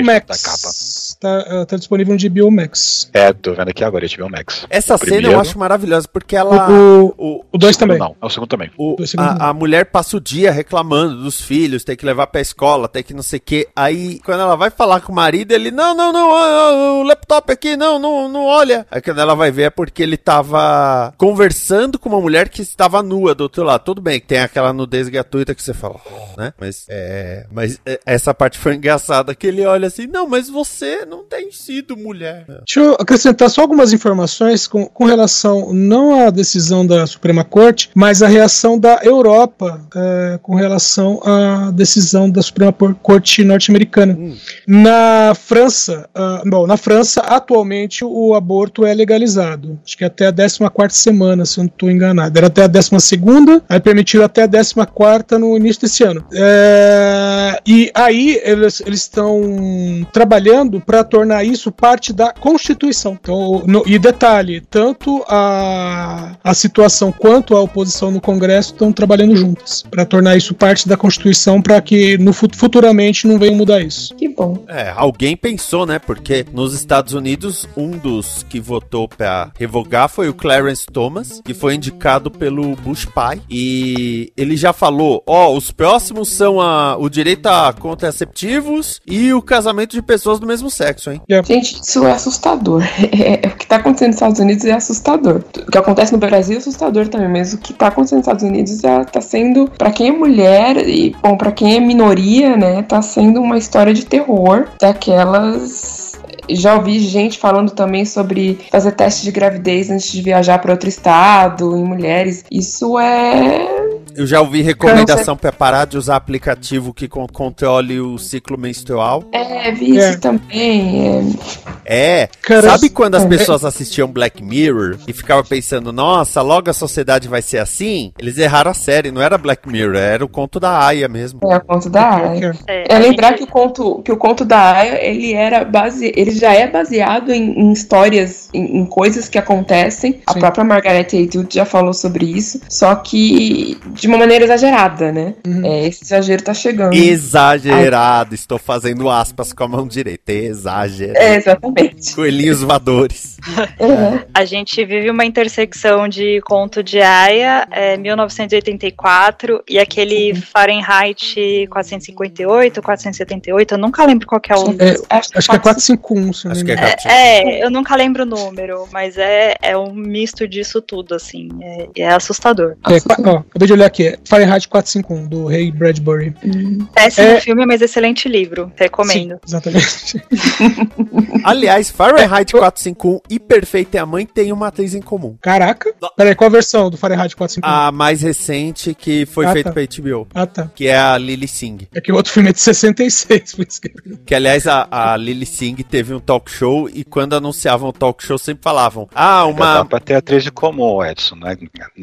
Max. Tá disponível no HBO Max. Tô vendo aqui agora, HBO Max. Essa cena eu acho maravilhosa, porque ela... O 2 também. Não, é o segundo também. A mulher passa o dia reclamando dos filhos, tem que levar pra escola, tem que não sei o que. Aí, quando ela vai falar com o marido, ele, não, o laptop aqui, não olha. Aí quando ela vai ver é porque ele tava conversando com uma mulher que estava nua do outro lado. Tudo bem que tem aquela nudez gratuita que você fala, né? Mas essa parte foi engraçada, que ele olha assim, não, mas você não tem sido mulher. Deixa eu acrescentar só algumas informações com relação, não à decisão da Suprema Corte, mas a reação da Europa com relação à decisão da Suprema Corte norte-americana. Na França, atualmente o aborto é legalizado. Acho que até a 14ª semana, se eu não estou enganado. Era até a 12ª, aí permitiram até a 14ª no início desse ano. E aí eles estão trabalhando para tornar isso parte da Constituição. Então, e detalhe, tanto a situação quanto a oposição no Congresso estão trabalhando juntas para tornar isso parte da Constituição, para que futuramente não venham mudar isso. Que bom. Alguém pensou, né? Porque nos Estados Unidos, um dos que votou para revogar foi o Clarence Thomas, que foi indicado pelo Bush pai, e ele já falou, os próximos são o direito a contraceptivos e o casamento de pessoas do mesmo sexo, hein? Gente, isso é assustador. O que tá acontecendo nos Estados Unidos é assustador. O que acontece no Brasil é assustador também, mas o que tá acontecendo nos Estados Unidos tá sendo, pra quem é mulher e, bom, pra quem é minoria, né, tá sendo uma história de terror, daquelas... Já ouvi gente falando também sobre fazer teste de gravidez antes de viajar para outro estado, em mulheres. Isso Eu já ouvi recomendação para parar de usar aplicativo que controle o ciclo menstrual. Vi isso também. Sabe quando as pessoas assistiam Black Mirror e ficavam pensando, nossa, logo a sociedade vai ser assim? Eles erraram a série, não era Black Mirror, era o conto da Aya mesmo. O conto da Aya. Lembrar que o conto da Aya, ele já é baseado em histórias, em coisas que acontecem. Sim. A própria Margaret Atwood já falou sobre isso, só que de uma maneira exagerada, né? Esse exagero tá chegando. Exagerado, estou fazendo aspas com a mão direita, exagerado. Exatamente. Coelhinhos voadores. A gente vive uma intersecção de conto de Aya, 1984, e aquele Fahrenheit 458, 478, eu nunca lembro qual que é o número. Acho que é 451, se não me engano. Eu nunca lembro o número, mas é um misto disso tudo, assim, é assustador. Acabei de olhar aqui, Fahrenheit 451, do Ray Bradbury. Péssimo filme, mas excelente livro, recomendo. Sim, exatamente. Aliás, Fahrenheit 451 e Perfeita é a Mãe tem uma atriz em comum. Caraca! Peraí, qual a versão do Fahrenheit 451? A mais recente, que foi feita pra HBO. Tá. Que é a Lily Singh. É que o outro filme é de 66, por isso que aliás, a Lily Singh teve um talk show e quando anunciavam o talk show sempre falavam, Dá pra ter atriz de comum, Edson, né?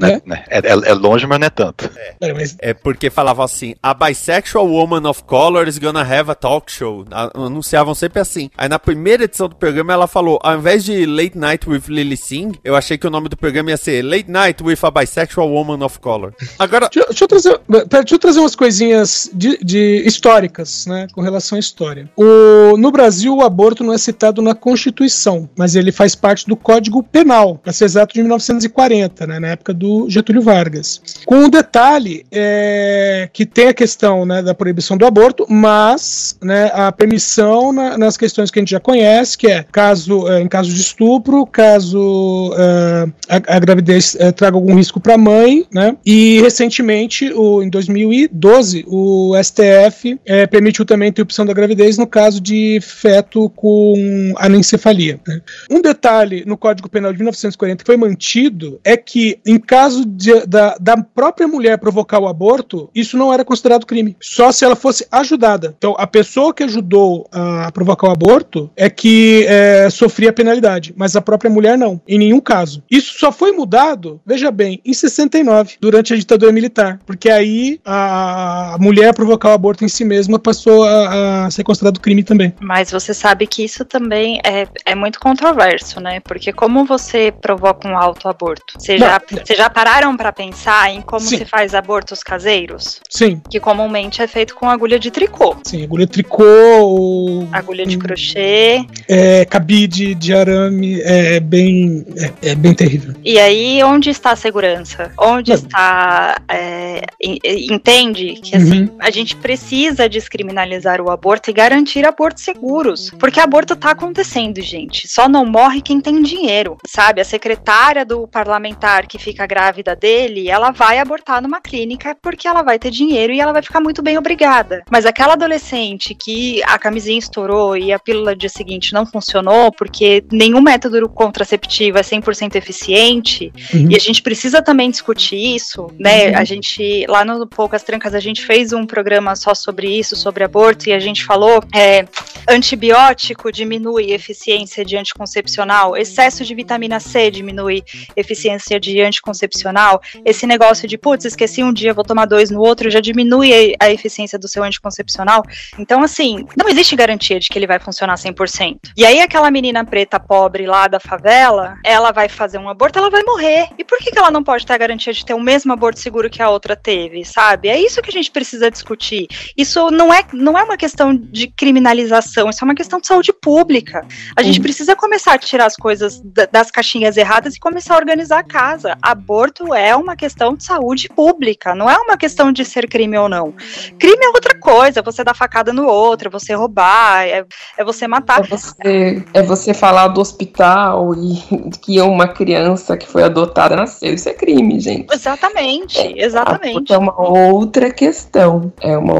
É longe, mas não é tanto. É porque falavam assim, a bisexual woman of color is gonna have a talk show. Anunciavam sempre assim. Aí na primeira edição do programa ela falou, ao invés de Late Night with Lily Singh, eu achei que o nome do programa ia ser Late Night with a bisexual woman of color. Agora... Deixa eu trazer umas coisinhas de históricas, né, com relação à história. No Brasil, o aborto não é citado na Constituição, mas ele faz parte do Código Penal, para ser exato, de 1940, né, na época do Getúlio Vargas. Com o detalhe que tem a questão, né, da proibição do aborto, mas, né, a permissão nas questões que a gente já conhece, que é em caso de estupro, caso a gravidez traga algum risco para a mãe, né, e recentemente, em 2012, o STF permitiu também a interrupção da gravidez no caso de feto com anencefalia. Né. Um detalhe no Código Penal de 1940 que foi mantido é que, em caso da própria mulher provocar o aborto, isso não era considerado crime, só se ela fosse ajudada. Então, a pessoa que ajudou a provocar o aborto é que sofria penalidade, mas a própria mulher não, em nenhum caso. Isso só foi mudado, veja bem, em 69, durante a ditadura militar, porque aí a mulher provocar o aborto em si mesma passou a ser considerado crime também. Mas você sabe que isso também é muito controverso, né? Porque como você provoca um autoaborto? Vocês já pararam pra pensar em como se faz abortos caseiros? Sim. Que comumente é feito com agulha de tricô. Sim, agulha de tricô, agulha de crochê. Cabide de arame, é bem terrível. E aí, onde está a segurança? Onde está... entende que assim, a gente precisa descriminalizar o aborto e garantir abortos seguros. Porque aborto tá acontecendo, gente. Só não morre quem tem dinheiro, sabe? A secretária do parlamentar que fica grávida dele, ela vai abortar abortar numa clínica porque ela vai ter dinheiro e ela vai ficar muito bem, obrigada. Mas aquela adolescente que a camisinha estourou e a pílula do dia seguinte não funcionou porque nenhum método contraceptivo é 100% eficiente, e a gente precisa também discutir isso, né? A gente, lá no Poucas Trancas, a gente fez um programa só sobre isso, sobre aborto, e a gente falou, antibiótico diminui eficiência de anticoncepcional, excesso de vitamina C diminui eficiência de anticoncepcional, esse negócio de, putz, esqueci um dia, vou tomar 2 no outro, já diminui a eficiência do seu anticoncepcional. Então, assim, não existe garantia de que ele vai funcionar 100%. E aí, aquela menina preta pobre lá da favela, ela vai fazer um aborto, ela vai morrer. E por que ela não pode ter a garantia de ter o mesmo aborto seguro que a outra teve, sabe? É isso que a gente precisa discutir. Isso não é uma questão de criminalização, isso é uma questão de saúde pública. A gente precisa começar a tirar as coisas das caixinhas erradas e começar a organizar a casa. Aborto é uma questão de saúde pública, não é uma questão de ser crime ou não. Crime é outra coisa, é você dar facada no outro, é você roubar, é você matar. É você falar do hospital e que uma criança que foi adotada nasceu. Isso é crime, gente. Exatamente. É uma outra questão.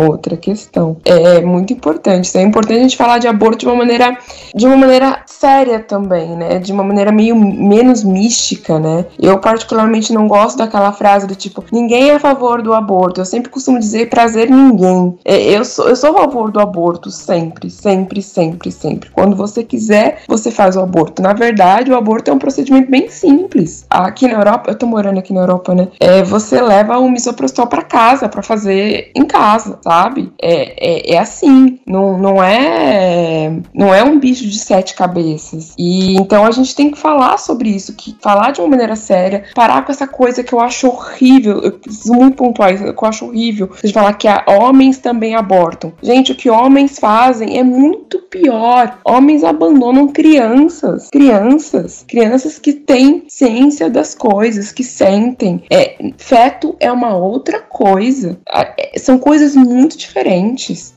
É muito importante. Então é importante a gente falar de aborto de uma maneira séria também, né? De uma maneira meio menos mística, né? Eu particularmente não gosto daquela frase do tipo, ninguém é a favor do aborto. Eu sempre costumo dizer prazer ninguém. Eu sou a favor do aborto sempre. Quando você quiser, você faz o aborto. Na verdade, o aborto é um procedimento bem simples. Aqui na Europa, eu tô morando aqui na Europa, né? Você leva o misoprostol pra casa, pra fazer em casa, sabe? É assim. Não é um bicho de 7 cabeças. E então a gente tem que falar sobre isso, falar de uma maneira séria, parar com essa coisa que eu acho horrível, eu preciso muito pontuar isso, que eu acho horrível, de falar que homens também abortam. Gente, o que homens fazem é muito pior. Homens abandonam crianças que têm ciência das coisas, que sentem. Feto é uma outra coisa. São coisas muito diferentes.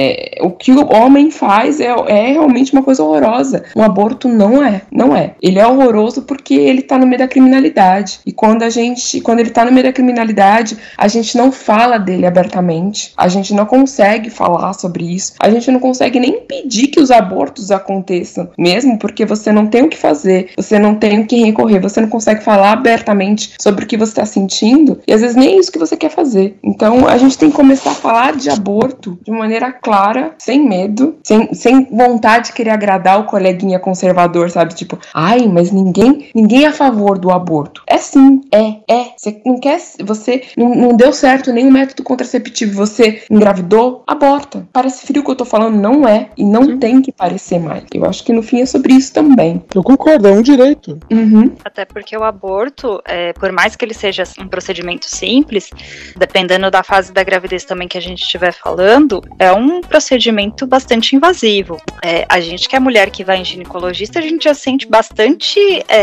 O que o homem faz é realmente uma coisa horrorosa. Um aborto não é. Ele é horroroso porque ele tá no meio da criminalidade. E quando ele tá no meio da criminalidade, a gente não fala dele abertamente. A gente não consegue falar sobre isso. A gente não consegue nem pedir que os abortos aconteçam, mesmo porque você não tem o que fazer, você não tem o que recorrer, você não consegue falar abertamente sobre o que você está sentindo, e às vezes nem é isso que você quer fazer. Então a gente tem que começar a falar de aborto de uma maneira clara, sem medo, sem vontade de querer agradar o coleguinha conservador, sabe? Tipo, mas ninguém é a favor do aborto. É sim, você não quer, você não deu certo nenhum método contraceptivo, você engravidou, aborta. Parece frio o que eu tô falando, não é, e não tem que parecer mais. Eu acho que no fim é sobre isso também. Eu concordo, é um direito. Até porque o aborto, por mais que ele seja um procedimento simples, dependendo da fase da gravidez também que a gente estiver falando, é um procedimento bastante invasivo. A gente que é mulher que vai em ginecologista, a gente já sente bastante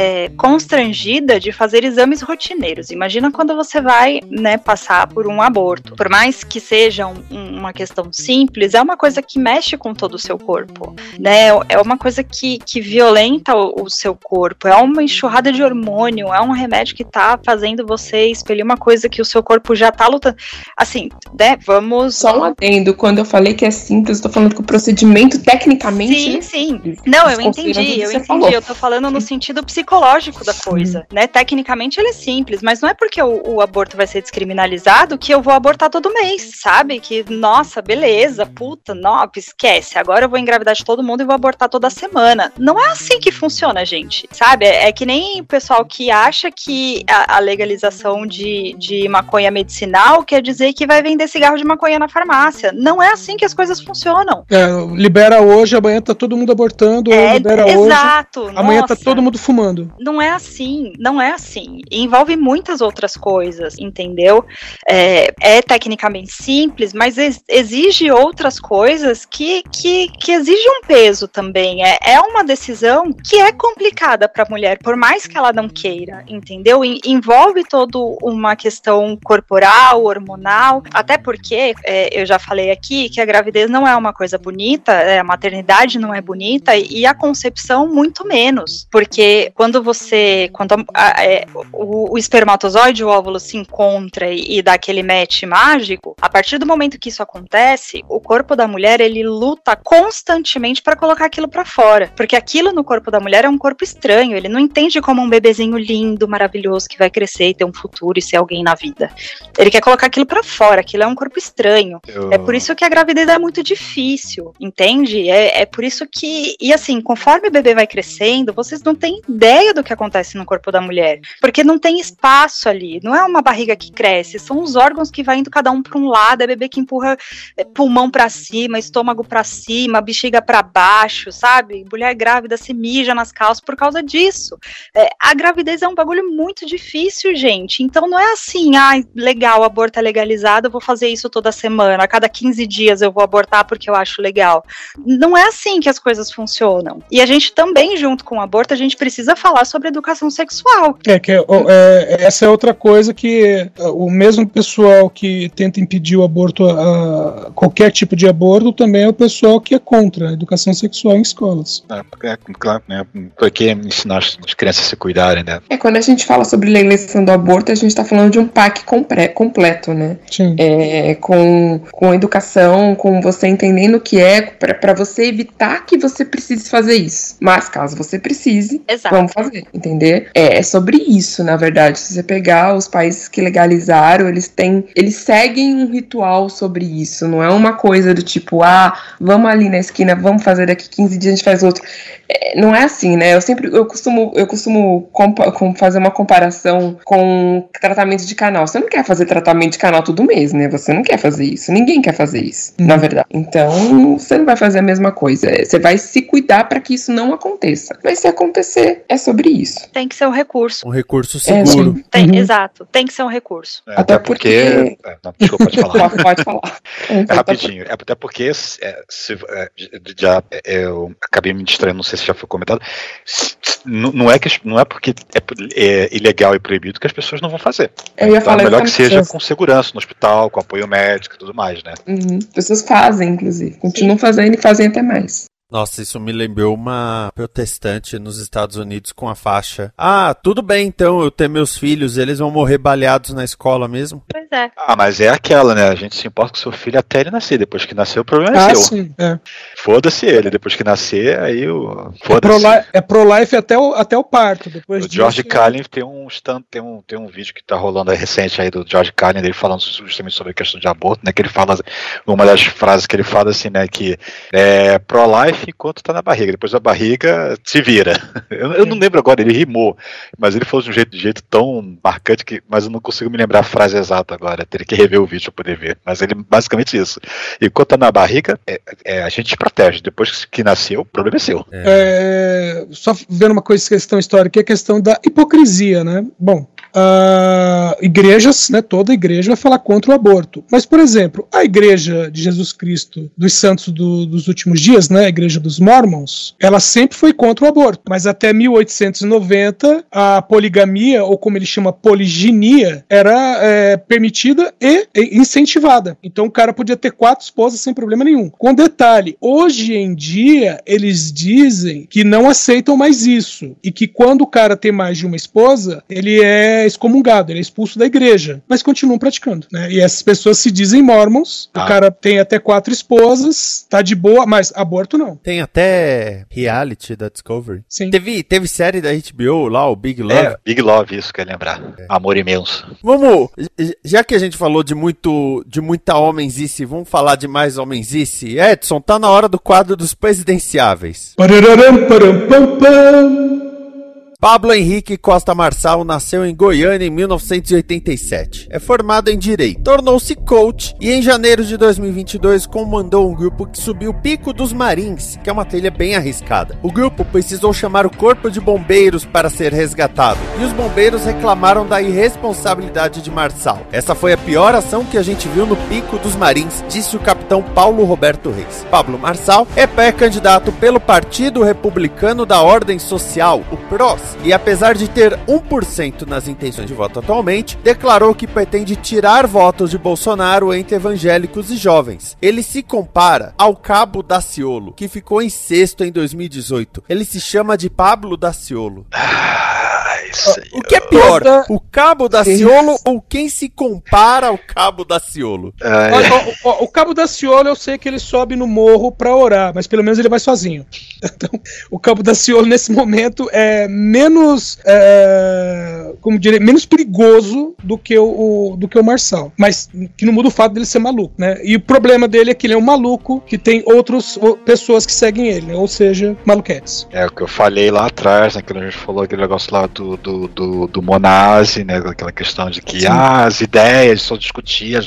constrangida de fazer exames rotineiros. Imagina quando você vai, né, passar por um aborto. Por mais que seja uma questão simples, é uma coisa que mexe com todo o seu corpo, né? É uma coisa que violenta o seu corpo, é uma enxurrada de hormônio, é um remédio que tá fazendo você expelir uma coisa que o seu corpo já tá lutando. Assim, né, vamos... Só um adendo, quando eu falei que é simples, eu tô falando que o procedimento tecnicamente... Sim. Não, eu entendi. Eu tô falando no sentido psicológico da coisa, né? Tecnicamente ele é simples, mas não é porque o aborto vai ser descriminalizado que eu vou abortar todo mês, sabe? Que, nossa, beleza, puta, esquece, agora eu vou engravidar de todo mundo e vou abortar toda semana. Não é assim que funciona, gente, sabe? É que nem o pessoal que acha que a legalização de maconha medicinal quer dizer que vai vender cigarro de maconha na farmácia. Não é assim que as coisas funcionam. Libera hoje, amanhã tá todo mundo abortando, libera exato, hoje, amanhã tá todo mundo fumando. Não é assim. E envolve muitas outras coisas, entendeu? É tecnicamente simples, mas exige outras coisas que exigem um peso também. É uma decisão que é complicada para a mulher, por mais que ela não queira, entendeu? Envolve toda uma questão corporal, hormonal, até porque eu já falei aqui que a gravidez não é uma coisa bonita, a maternidade não é bonita, e a concepção, muito menos. Porque quando o espermatozoide e o óvulo se encontra e dá aquele match mágico, a partir do momento que isso acontece, o corpo da mulher, ele luta constantemente para colocar aquilo para fora. Porque aquilo no corpo da mulher é um corpo estranho, ele não entende como um bebezinho lindo, maravilhoso, que vai crescer e ter um futuro e ser alguém na vida. Ele quer colocar aquilo pra fora, aquilo é um corpo estranho. É por isso que a gravidez é muito difícil, entende? É por isso que... E assim, conforme o bebê vai crescendo, vocês não têm ideia do que acontece no corpo da mulher. Porque não tem espaço ali, não é uma barriga que cresce, são os órgãos que vai indo cada um pra um lado, é bebê que empurra pulmão pra cima, estômago pra cima, bexiga pra baixo, sabe? Mulher grávida se mija nas calças por causa disso. A gravidez é um bagulho muito difícil, gente. Então não é assim, legal, o aborto é legalizado, eu vou fazer isso toda semana, a cada 15 dias eu vou abortar porque eu acho legal. Não é assim que as coisas funcionam. E a gente também, junto com o aborto, a gente precisa falar sobre educação sexual. Essa é outra coisa que o mesmo pessoal que tenta impedir o aborto, qualquer tipo de aborto, também é o pessoal que é contra a educação sexual em escolas. Claro, né? Porque ensinar as crianças a se cuidarem, né? Quando a gente fala sobre legalização do aborto, a gente está falando de um pack completo, né? Sim. Com educação, com você entendendo o que é, para você evitar que você precise fazer isso. Mas caso você precise, vamos fazer, entender? É sobre isso, na verdade. Se você pegar os países que legalizaram, eles seguem um ritual sobre isso. Não é uma coisa do tipo, vamos ali na esquina, vamos fazer daqui 15 dias, a gente faz outro. Não é assim, né? Eu costumo fazer uma comparação com tratamento de canal. Você não quer fazer tratamento de canal todo mês, né? Você não quer fazer isso. Ninguém quer fazer isso, na verdade. Então, você não vai fazer a mesma coisa. Você vai se cuidar para que isso não aconteça. Mas se acontecer, é sobre isso. Tem que ser um recurso. Um recurso seguro. Exato. Tem que ser um recurso. Até porque... Não, desculpa, pode falar. Pode falar. Rapidinho. Até porque eu acabei me distraindo, não sei se já foi comentado. Não é porque é ilegal e proibido que as pessoas não vão fazer. Eu ia falar melhor que seja com segurança no hospital, com apoio médico e tudo mais, né? As pessoas fazem, inclusive. Continuam fazendo e fazem até mais. Nossa, isso me lembrou uma protestante nos Estados Unidos com a faixa: tudo bem então eu ter meus filhos, eles vão morrer baleados na escola mesmo? Pois é. Mas é aquela, né? A gente se importa com o seu filho até ele nascer. Depois que nascer, o problema é seu. Sim, Foda-se ele. Depois que nascer, aí o... Foda-se. É pro-life até o parto. Depois o George Carlin tem um vídeo que tá rolando aí recente aí do George Carlin, dele falando justamente sobre a questão de aborto, né? Que ele fala, uma das frases que ele fala assim, né? Que é pro-life enquanto tá na barriga, depois da barriga se vira. Eu não lembro agora, ele rimou, mas ele falou de um jeito tão marcante mas eu não consigo me lembrar a frase exata agora, teria que rever o vídeo para poder ver, mas ele basicamente isso. E enquanto tá na barriga, a gente te protege, depois que nasceu, o problema é seu. Só vendo uma questão histórica, é a questão da hipocrisia, né? Bom, igrejas, né, toda igreja vai falar contra o aborto. Mas, por exemplo, a Igreja de Jesus Cristo dos Santos dos Últimos Dias, né, a Igreja dos Mormons, ela sempre foi contra o aborto. Mas até 1890, a poligamia, ou como ele chama, poliginia, era permitida e incentivada. Então o cara podia ter 4 esposas sem problema nenhum. Com detalhe, hoje em dia, eles dizem que não aceitam mais isso. E que quando o cara tem mais de uma esposa, ele é excomungado, ele é expulso da igreja, mas continuam praticando, né? E essas pessoas se dizem mormons, o cara tem até 4 esposas, tá de boa, mas aborto não. Tem até reality da Discovery. Sim. Teve série da HBO lá, o Big Love. Big Love, isso quer lembrar. Amor imenso. Vamos, já que a gente falou de muita homenzice, vamos falar de mais homenzice? Edson, tá na hora do quadro dos presidenciáveis. Pablo Henrique Costa Marçal nasceu em Goiânia em 1987. É formado em Direito. Tornou-se coach e em janeiro de 2022 comandou um grupo que subiu o Pico dos Marins, que é uma trilha bem arriscada. O grupo precisou chamar o corpo de bombeiros para ser resgatado e os bombeiros reclamaram da irresponsabilidade de Marçal. Essa foi a pior ação que a gente viu no Pico dos Marins, disse o capitão Paulo Roberto Reis. Pablo Marçal é pré-candidato pelo Partido Republicano da Ordem Social, o PROS, e apesar de ter 1% nas intenções de voto atualmente, declarou que pretende tirar votos de Bolsonaro entre evangélicos e jovens. Ele se compara ao Cabo Daciolo, que ficou em sexto em 2018. Ele se chama de Pablo Daciolo. O que é pior, o Cabo Daciolo ou quem se compara ao Cabo Daciolo? O Cabo Daciolo eu sei que ele sobe no morro pra orar, mas pelo menos ele vai sozinho. Então, o Cabo Daciolo nesse momento é menos, menos perigoso do que o Marçal. Mas que não muda o fato dele ser maluco, né? E o problema dele é que ele é um maluco que tem outras pessoas que seguem ele, né? Ou seja, maluquetes. É o que eu falei lá atrás, né? Que a gente falou aquele negócio lá do Monazzi, né? Aquela questão de que as ideias são discutidas,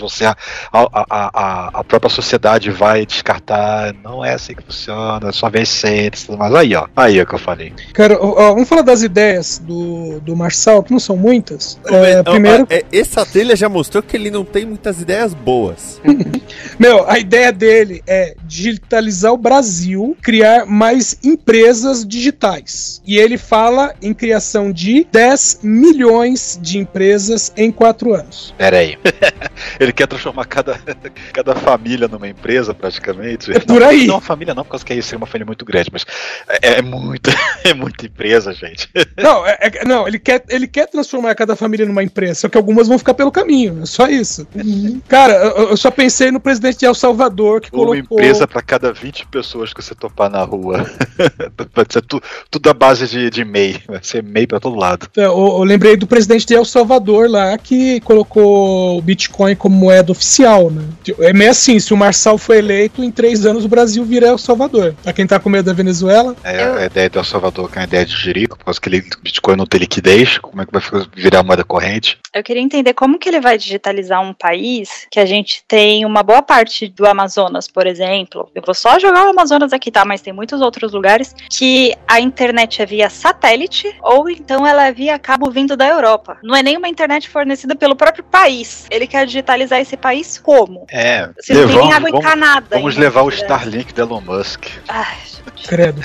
a própria sociedade vai descartar, não é assim que funciona, só vencer, tudo mais. Aí é o que eu falei. Cara, vamos falar das ideias do Marçal, que não são muitas. Primeiro, essa trilha já mostrou que ele não tem muitas ideias boas. A ideia dele é digitalizar o Brasil, criar mais empresas digitais. E ele fala em criação de 10 milhões de empresas em 4 anos. Pera aí. Ele quer transformar cada família numa empresa, praticamente. Por aí. Não, uma família não, por causa que aí seria uma família muito grande, mas é muita empresa, gente. Não, ele quer transformar cada família numa empresa, só que algumas vão ficar pelo caminho, é só isso. Cara, eu só pensei no presidente de El Salvador, que colocou... Uma empresa para cada 20 pessoas que você topar na rua. Vai ser tudo à base de MEI, vai ser MEI pra todo lado. Eu lembrei do presidente de El Salvador lá, que colocou o Bitcoin como moeda oficial, né? É meio assim, se o Marçal foi eleito, em 3 anos o Brasil vira El Salvador. Pra quem tá com medo da Venezuela... A ideia do El Salvador, que é a ideia de Jerico, por causa que o Bitcoin não tem liquidez, como é que vai virar moeda corrente? Eu queria entender como que ele vai digitalizar um país que a gente tem uma boa parte do Amazonas, por exemplo. Eu vou só jogar o Amazonas aqui, tá? Mas tem muitos outros lugares que a internet é via satélite ou então ela é via cabo vindo da Europa. Não é nenhuma internet fornecida pelo próprio país. Ele quer digitalizar esse país como? Se não tem nem água encanada. Vamos levar o Starlink do Elon Musk. Ai, credo.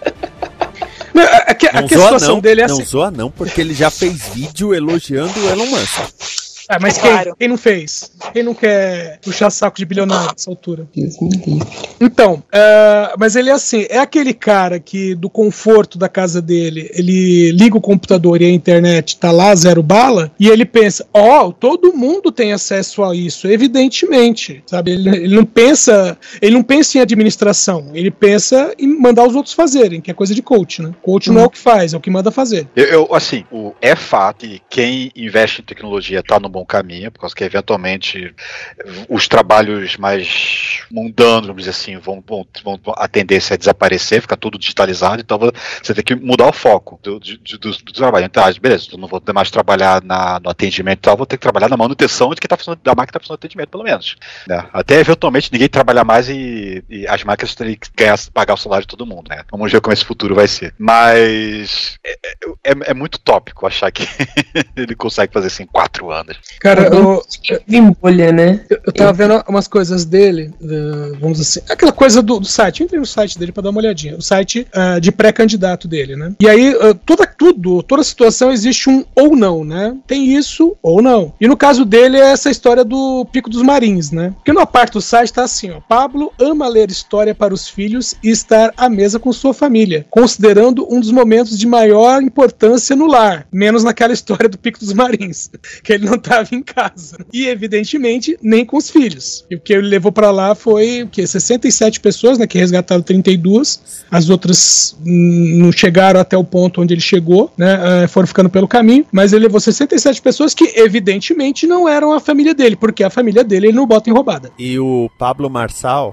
A situação dele é assim. Não zoa não, porque ele já fez vídeo elogiando o Elon Musk. Mas quem não fez? Quem não quer puxar saco de bilionário nessa altura? Então, mas ele é assim, é aquele cara que do conforto da casa dele, ele liga o computador e a internet tá lá, 0 bala, e ele pensa, todo mundo tem acesso a isso, evidentemente, sabe? Ele não pensa em administração, ele pensa em mandar os outros fazerem, que é coisa de coach, né? Coach não é o que faz, é o que manda fazer. Assim, é fato que quem investe em tecnologia tá no bom caminho, por causa que eventualmente os trabalhos mais mundanos, vamos dizer assim, vão a tendência a desaparecer, ficar tudo digitalizado, então você tem que mudar o foco do trabalho. Então, beleza, eu não vou mais trabalhar no atendimento e tal, vou ter que trabalhar na manutenção de quem tá funcionando, da máquina que tá funcionando no atendimento, pelo menos. Né? Até eventualmente ninguém trabalhar mais e as máquinas terem que pagar o salário de todo mundo, né? Vamos ver como esse futuro vai ser. Mas é muito tópico achar que ele consegue fazer isso em 4 anos. Cara, bolha, né? Eu tava vendo umas coisas dele, vamos dizer assim, aquela coisa do site. Eu entrei no site dele pra dar uma olhadinha. O site de pré-candidato dele, né? E aí, toda situação existe um ou não, né? Tem isso ou não. E no caso dele é essa história do Pico dos Marins, né? Porque numa parte do site tá assim, ó: Pablo ama ler história para os filhos e estar à mesa com sua família, considerando um dos momentos de maior importância no lar, menos naquela história do Pico dos Marins, que ele não estava em casa. E, evidentemente, nem com os filhos. E o que ele levou pra lá foi 67 pessoas, né, que resgataram 32. As outras não chegaram até o ponto onde ele chegou, né, foram ficando pelo caminho, mas ele levou 67 pessoas que, evidentemente, não eram a família dele, porque a família dele ele não bota em roubada. E o Pablo Marçal?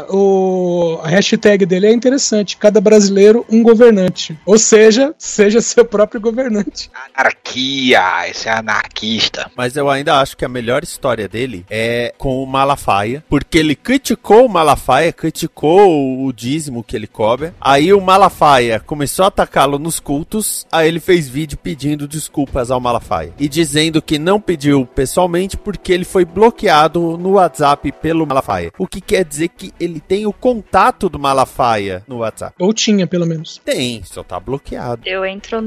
A hashtag dele é interessante: cada brasileiro, um governante. Ou seja seu próprio governante. Anarquia, esse é anarquista. Mas mas eu ainda acho que a melhor história dele é com o Malafaia, porque ele criticou o Malafaia, criticou o dízimo que ele cobra, aí o Malafaia começou a atacá-lo nos cultos, aí ele fez vídeo pedindo desculpas ao Malafaia, e dizendo que não pediu pessoalmente porque ele foi bloqueado no WhatsApp pelo Malafaia, o que quer dizer que ele tem o contato do Malafaia no WhatsApp. Ou tinha, pelo menos. Tem, só tá bloqueado. Eu entro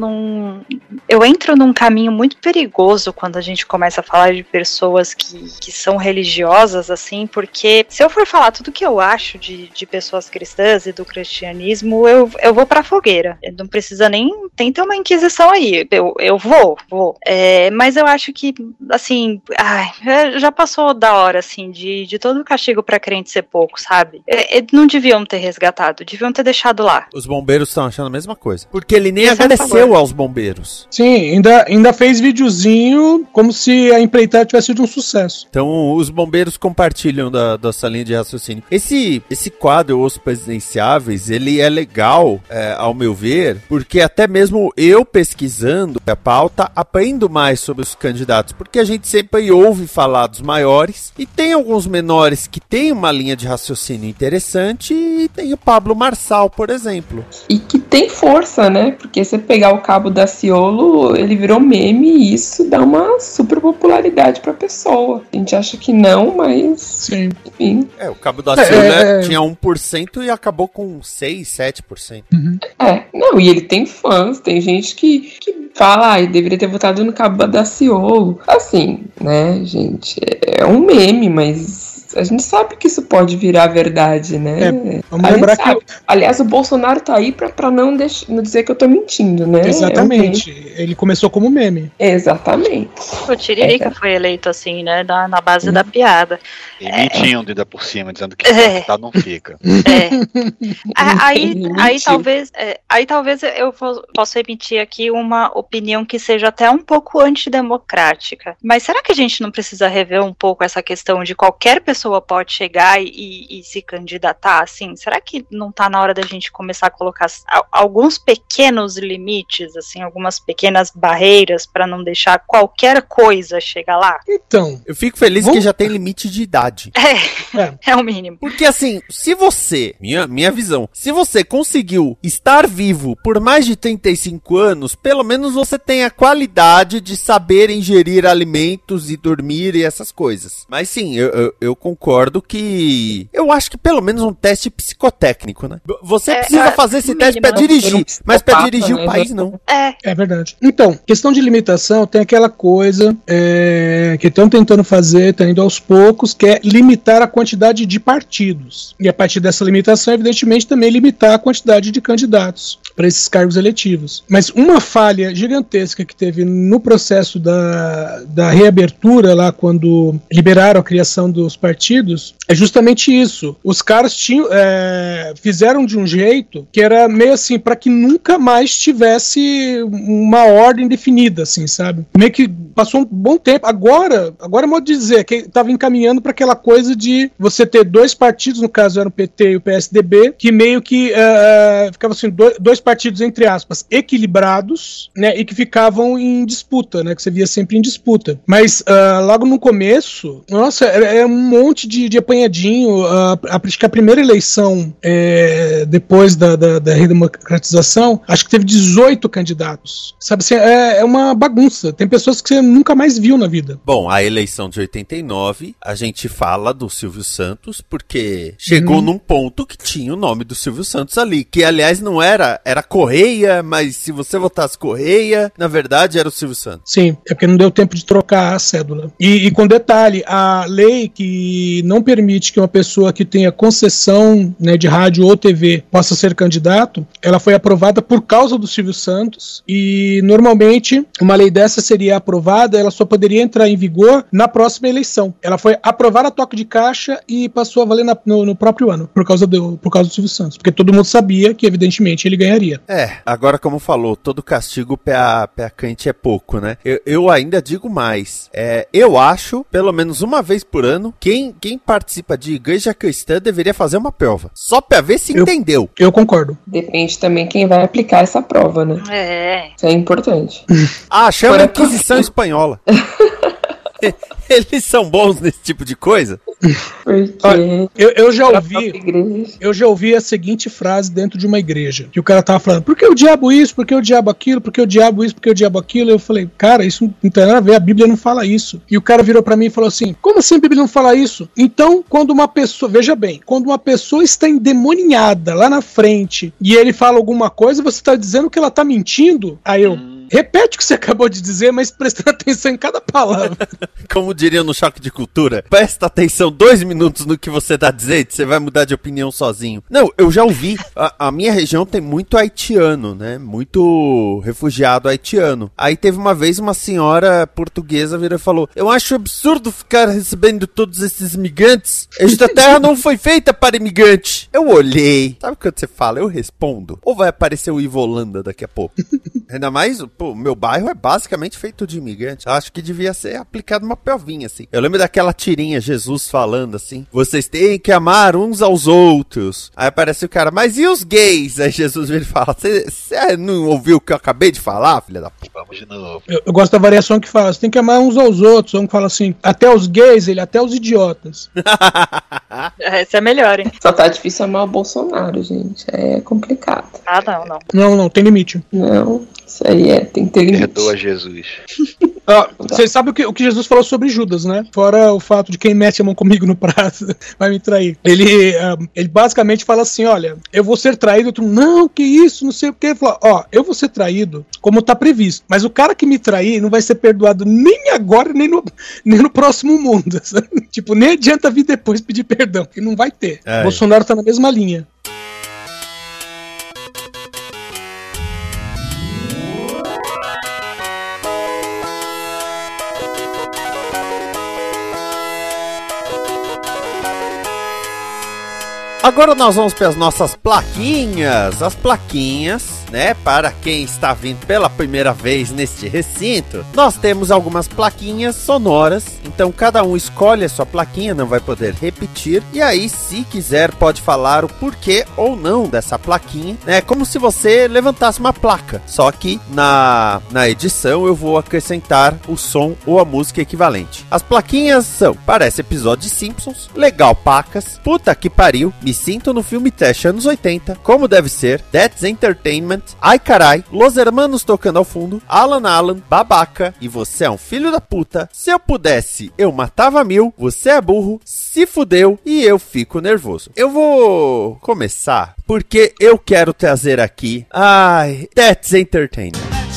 num caminho muito perigoso quando a gente começa a falar de pessoas que são religiosas, assim, porque se eu for falar tudo que eu acho de pessoas cristãs e do cristianismo, eu vou pra fogueira. Não precisa nem ter uma inquisição aí. Eu vou. Mas eu acho que, assim, já passou da hora, assim, de todo o castigo pra crente ser pouco, sabe? Não deviam ter resgatado, deviam ter deixado lá. Os bombeiros estão achando a mesma coisa. Porque ele nem agradeceu aos bombeiros. Sim, ainda fez videozinho como se a empreitada tivesse sido um sucesso. Então, os bombeiros compartilham dessa linha de raciocínio. Esse quadro, Os Presidenciáveis, ele é legal, ao meu ver, porque até mesmo eu pesquisando a pauta, aprendo mais sobre os candidatos, porque a gente sempre ouve falar dos maiores, e tem alguns menores que tem uma linha de raciocínio interessante, e tem o Pablo Marçal, por exemplo. E que tem força, né? Porque você pegar o Cabo Daciolo, ele virou meme e isso dá uma super popularidade pra pessoa. A gente acha que não, mas... Sim. Enfim. O Cabo Daciolo tinha 1% e acabou com 6, 7%. Uhum. Não, e ele tem fãs, tem gente que fala, deveria ter votado no Cabo Daciolo. Assim, né, gente, é um meme, mas... A gente sabe que isso pode virar verdade, né? Vamos lembrar que... Aliás, o Bolsonaro tá aí pra não dizer que eu tô mentindo, né? Exatamente. Ele começou como meme. Exatamente. O Tiririca foi eleito assim, né? Na base da piada. E mentindo ainda por cima, dizendo que deputado não fica. Aí talvez eu possa emitir aqui uma opinião que seja até um pouco antidemocrática. Mas será que a gente não precisa rever um pouco essa questão de qualquer pessoa pode chegar e se candidatar, assim? Será que não tá na hora da gente começar a colocar alguns pequenos limites, assim, algumas pequenas barreiras para não deixar qualquer coisa chegar lá? Então, eu fico feliz que já tem limite de idade. É o mínimo. Porque assim, se você, minha visão, se você conseguiu estar vivo por mais de 35 anos, pelo menos você tem a qualidade de saber ingerir alimentos e dormir e essas coisas. Mas sim, eu concordo que... Eu acho que pelo menos um teste psicotécnico, né? Você precisa fazer esse teste pra dirigir, mas pra dirigir o país não. É verdade. Então, questão de limitação, tem aquela coisa que estão tentando fazer, tá indo aos poucos, que é limitar a quantidade de partidos. E a partir dessa limitação, evidentemente, também limitar a quantidade de candidatos para esses cargos eletivos. Mas uma falha gigantesca que teve no processo da reabertura, lá quando liberaram a criação dos partidos, é justamente isso. Os caras fizeram de um jeito que era meio assim, para que nunca mais tivesse uma ordem definida, assim, sabe? Meio que passou um bom tempo. Agora é modo de dizer que estava encaminhando para aquela coisa de você ter dois partidos, no caso eram o PT e o PSDB, que meio que ficavam assim, dois partidos, entre aspas, equilibrados, né, e que ficavam em disputa, né, que você via sempre em disputa. Mas logo no começo, nossa, era um monte de apanhadinho. Acho que a primeira eleição depois da redemocratização, acho que teve 18 candidatos. Sabe assim, é uma bagunça. Tem pessoas que você nunca mais viu na vida. Bom, a eleição de 89, a gente fala do Silvio Santos, porque chegou num ponto que tinha o nome do Silvio Santos ali, que aliás não era Correia, mas se você votasse Correia, na verdade era o Silvio Santos. Sim, é porque não deu tempo de trocar a cédula. E com detalhe, a lei que não permite que uma pessoa que tenha concessão, né, de rádio ou TV possa ser candidato, ela foi aprovada por causa do Silvio Santos, e normalmente uma lei dessa seria aprovada, ela só poderia entrar em vigor na próxima eleição. Ela foi aprovada a toque de caixa e passou a valer no próprio ano, por causa do Silvio Santos, porque todo mundo sabia que evidentemente ele ganharia. Agora como falou, todo castigo pé quente é pouco, né? Eu ainda digo mais, eu acho, pelo menos uma vez por ano, quem participa de igreja cristã deveria fazer uma prova, só pra ver se entendeu. Eu concordo. Depende também quem vai aplicar essa prova, né? Isso é importante. Chama a Inquisição Espanhola. Eles são bons nesse tipo de coisa? Olha, eu já ouvi a seguinte frase dentro de uma igreja, que o cara tava falando, por que o diabo isso, por que o diabo aquilo, por que o diabo isso, por que o diabo aquilo? Eu falei, cara, isso não tem nada a ver, a Bíblia não fala isso. E o cara virou pra mim e falou assim, como assim a Bíblia não fala isso? Então, quando uma pessoa, veja bem, quando uma pessoa está endemoniada lá na frente e ele fala alguma coisa, você tá dizendo que ela tá mentindo? Aí eu... Repete o que você acabou de dizer, mas prestando atenção em cada palavra. Como diriam no Choque de Cultura, presta atenção 2 minutos no que você tá dizendo, você vai mudar de opinião sozinho. Não, eu já ouvi. A minha região tem muito haitiano, né? Muito refugiado haitiano. Aí teve uma vez uma senhora portuguesa virou e falou, eu acho absurdo ficar recebendo todos esses imigrantes. Esta terra não foi feita para imigrante. Eu olhei. Sabe quando você fala? Eu respondo. Ou vai aparecer o Ivo Holanda daqui a pouco? Ainda mais... Pô, meu bairro é basicamente feito de imigrante. Acho que devia ser aplicado uma provinha, assim. Eu lembro daquela tirinha, Jesus falando assim, vocês têm que amar uns aos outros. Aí aparece o cara, mas e os gays? Aí Jesus vem e fala, você não ouviu o que eu acabei de falar, filha da puta? Vamos de novo. Eu gosto da variação que fala, você tem que amar uns aos outros. Um que fala assim, até os gays, até os idiotas. Essa é melhor, hein? Só tá difícil amar o Bolsonaro, gente. É complicado. Ah, não. Não, tem limite. Não, isso aí tem que ter limite. Perdoa Jesus. Vocês sabem o que Jesus falou sobre Judas, né? Fora o fato de quem mete a mão comigo no prato vai me trair. Ele basicamente fala assim, olha, eu vou ser traído. Outro, não, que isso, não sei o que. Ele fala, eu vou ser traído como tá previsto. Mas o cara que me trair não vai ser perdoado nem agora, nem no próximo mundo. Sabe? Tipo, nem adianta vir depois pedir perdão, que não vai ter. Bolsonaro tá na mesma linha. Agora nós vamos para as nossas plaquinhas. As plaquinhas, né? Para quem está vindo pela primeira vez neste recinto, nós temos algumas plaquinhas sonoras. Então cada um escolhe a sua plaquinha, não vai poder repetir. E aí, se quiser, pode falar o porquê ou não dessa plaquinha. É como se você levantasse uma placa. Só que na edição eu vou acrescentar o som ou a música equivalente. As plaquinhas são: parece episódio de Simpsons, legal pacas, puta que pariu, me sinto no filme trash anos 80, como deve ser, That's Entertainment, ai carai, Los Hermanos tocando ao fundo, Alan, babaca, e você é um filho da puta, se eu pudesse, eu matava 1000, você é burro, se fudeu e eu fico nervoso. Eu vou começar porque eu quero trazer aqui, That's Entertainment.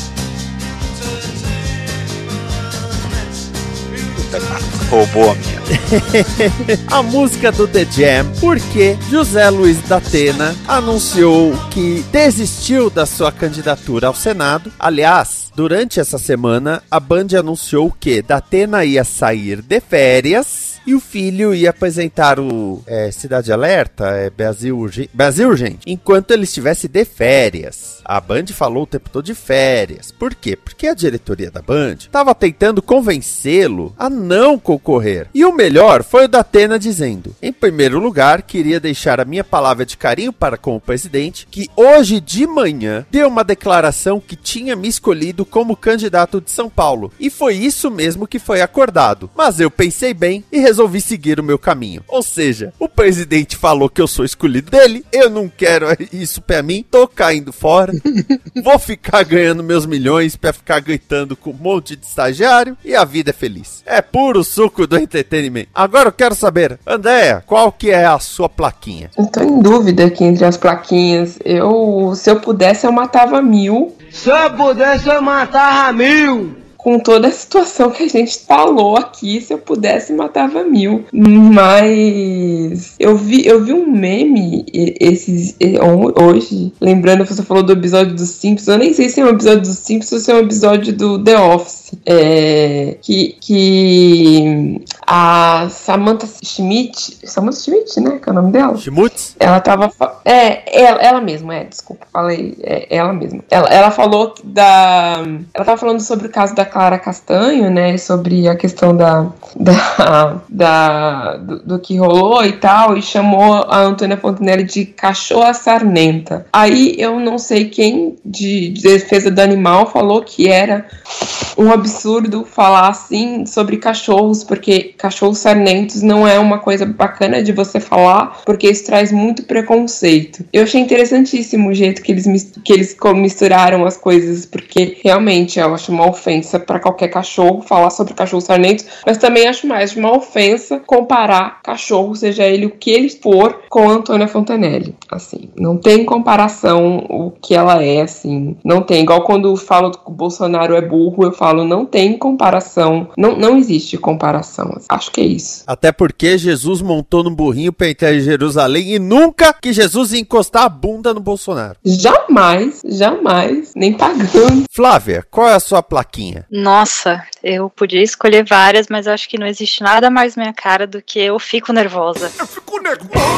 Roubou a minha. A música do The Jam, porque José Luiz Datena anunciou que desistiu da sua candidatura ao Senado. Aliás, durante essa semana, a Band anunciou que Datena ia sair de férias e o filho ia apresentar o Cidade Alerta, Brasil Urgente, enquanto ele estivesse de férias. A Band falou o tempo todo de férias. Por quê? Porque a diretoria da Band estava tentando convencê-lo a não concorrer. E o melhor foi o Datena dizendo: em primeiro lugar, queria deixar a minha palavra de carinho para com o presidente, que hoje de manhã deu uma declaração que tinha me escolhido como candidato de São Paulo. E foi isso mesmo que foi acordado. Mas eu pensei bem e resolvi seguir o meu caminho. Ou seja, o presidente falou que eu sou escolhido dele, eu não quero isso pra mim, tô caindo fora, vou ficar ganhando meus milhões pra ficar gritando com um monte de estagiário e a vida é feliz. É puro suco do entretenimento. Agora eu quero saber, Andréa, qual que é a sua plaquinha? Eu tô em dúvida aqui entre as plaquinhas. Se eu pudesse, eu matava 1000. Se eu pudesse, eu matava 1000. Com toda a situação que a gente falou aqui, se eu pudesse, matava 1000. Mas eu vi um meme hoje, lembrando que você falou do episódio dos Simpsons. Eu nem sei se é um episódio dos Simpsons ou se é um episódio do The Office. Que a Samantha Schmidt, né? Que é o nome dela? Schmutz? Ela tava... ela mesma, desculpa, falei. Ela mesma. Ela falou ela tava falando sobre o caso da Clara Castanho, né, sobre a questão do que rolou e tal, e chamou a Antônia Fontenelle de cachorra sarnenta. Aí eu não sei quem de defesa do animal falou que era um absurdo falar assim sobre cachorros, porque cachorros sarnentos não é uma coisa bacana de você falar, porque isso traz muito preconceito. Eu achei interessantíssimo o jeito que eles misturaram as coisas, porque realmente eu acho uma ofensa para qualquer cachorro falar sobre cachorros sarnentos, mas também acho mais uma ofensa comparar cachorro, seja ele o que ele for, com a Antônia Fontenelle. Assim, não tem comparação o que ela é, assim, não tem. Igual quando eu falo que o Bolsonaro é burro, eu falo, não tem comparação, não existe comparação. Acho que é isso. Até porque Jesus montou no burrinho pra entrar em Jerusalém e nunca que Jesus ia encostar a bunda no Bolsonaro. Jamais, nem pagando. Flávia, qual é a sua plaquinha? Nossa, eu podia escolher várias, mas acho que não existe nada mais minha cara do que eu fico nervosa. Eu fico nervoso.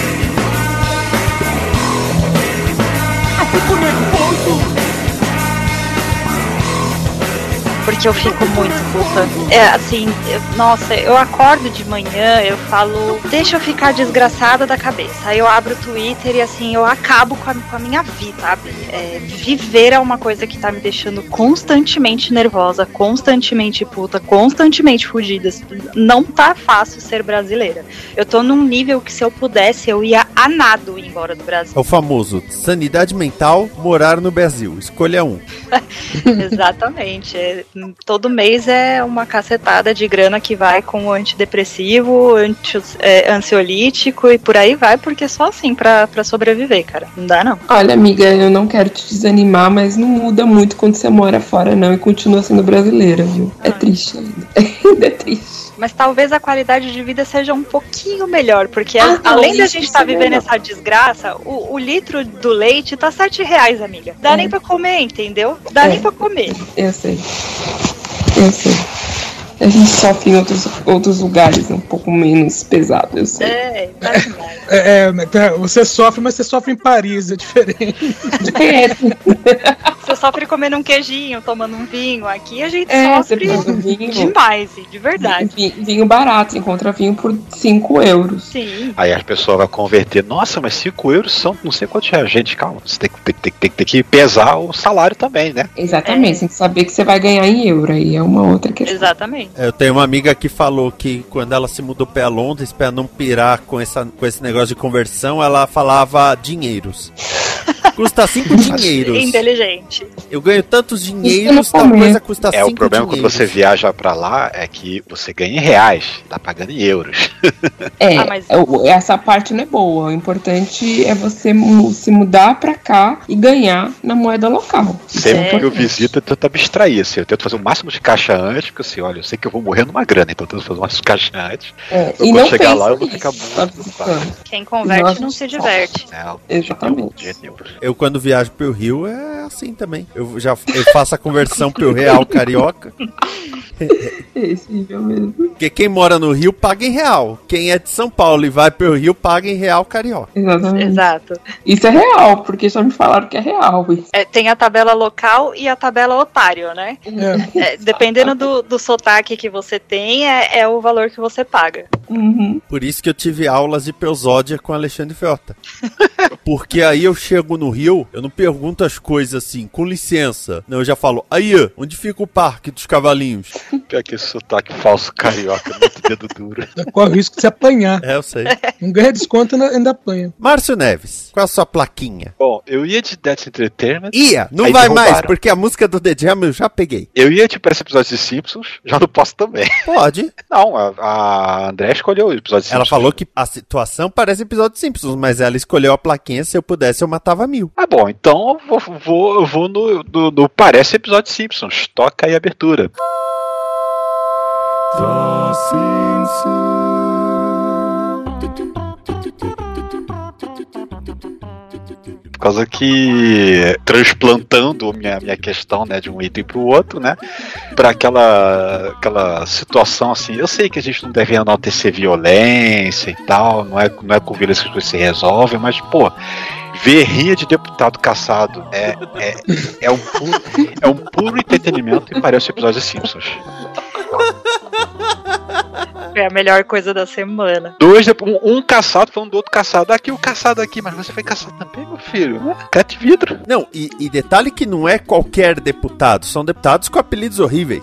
Porque eu fico muito puta. É assim, nossa, eu acordo de manhã, eu falo, deixa eu ficar desgraçada da cabeça. Aí eu abro o Twitter e assim, eu acabo com a minha vida, sabe? Viver é uma coisa que tá me deixando constantemente nervosa, constantemente puta, constantemente fudida. Não tá fácil ser brasileira. Eu tô num nível que se eu pudesse, eu ia a nado ir embora do Brasil. É o famoso sanidade mental, morar no Brasil. Escolha um. Exatamente. Todo mês é uma cacetada de grana que vai com antidepressivo, ansiolítico e por aí vai, porque só assim pra sobreviver, cara. Não dá, não. Olha, amiga, eu não quero te desanimar, mas não muda muito quando você mora fora, não, e continua sendo brasileira, viu? É triste ainda. Ainda é triste. Mas talvez a qualidade de vida seja um pouquinho melhor, porque além da gente estar vivendo essa desgraça, o litro do leite tá R$7, amiga. Dá nem pra comer, entendeu? Dá nem pra comer. Eu sei. A gente sofre em outros lugares um pouco menos pesado, eu sei. Você sofre, mas você sofre em Paris, é diferente. Você sofre comendo um queijinho, tomando um vinho. Aqui a gente sofre demais, de verdade. Vinho barato, você encontra vinho por 5 euros. Sim. Aí as pessoas vão converter, nossa, mas 5 euros são não sei quantos reais. Gente, calma, você tem que pesar o salário também, né? Exatamente, você tem que saber que você vai ganhar em euro, aí é uma outra questão. Exatamente. Eu tenho uma amiga que falou que quando ela se mudou para Londres, para não pirar com esse negócio de conversão, ela falava dinheiros. Custa 5 dinheiros. Inteligente. Eu ganho tantos dinheiros, tal coisa custa 5 dinheiros. O problema quando você viaja pra lá é que você ganha em reais, tá pagando em euros. Essa parte não é boa. O importante é você se mudar pra cá e ganhar na moeda local. Sempre que eu visito, eu tento abstrair, assim, eu tento fazer o máximo de caixa antes, porque assim, olha, eu sei que eu vou morrer numa grana, então eu tento fazer o máximo de caixa antes. E não chegar lá, eu vou ficar muito. Quem converte não se diverte. Exatamente. Eu quando viajo pro Rio é assim também. Eu faço a conversão pro real carioca. Esse nível mesmo. Porque quem mora no Rio paga em real. Quem é de São Paulo e vai pro Rio paga em real carioca. Exatamente. Exato. Isso é real, porque já me falaram que é real. Tem a tabela local e a tabela otário, né? Dependendo do sotaque que você tem, é o valor que você paga. Uhum. Por isso que eu tive aulas de prosódia com Alexandre Frota. Porque aí eu chego no Rio, eu não pergunto as coisas assim, com licença. Não, eu já falo, aí, onde fica o Parque dos Cavalinhos? Pior que esse sotaque falso carioca, muito dedo duro. Corre o risco de se apanhar. Eu sei. Não ganha desconto, ainda apanha. Márcio Neves, qual a sua plaquinha? Bom, eu ia de Death Entertainment. Não vai mais, porque a música do The Jam eu já peguei. Eu ia para esse episódio de Simpsons, já não posso também. Pode. Não, a André escolheu o episódio de Simpsons. Ela falou que a situação parece episódio de Simpsons, mas ela escolheu a plaquinha, se eu pudesse eu matava 1000. Ah, bom, então eu vou no Parece episódio de Simpsons. Toca aí a abertura. Por causa que, transplantando minha questão, né, de um item pro outro, né, pra aquela situação assim, eu sei que a gente não deve enaltecer violência e tal, não é com violência que as coisas se resolvem, mas, pô, ver rinha de deputado caçado é um puro entretenimento e parece um episódio de Simpsons. É a melhor coisa da semana. Um caçado falando do outro caçado. Aqui o caçado aqui, mas você foi caçado também, meu filho? Cate vidro. Não, e detalhe que não é qualquer deputado, são deputados com apelidos horríveis.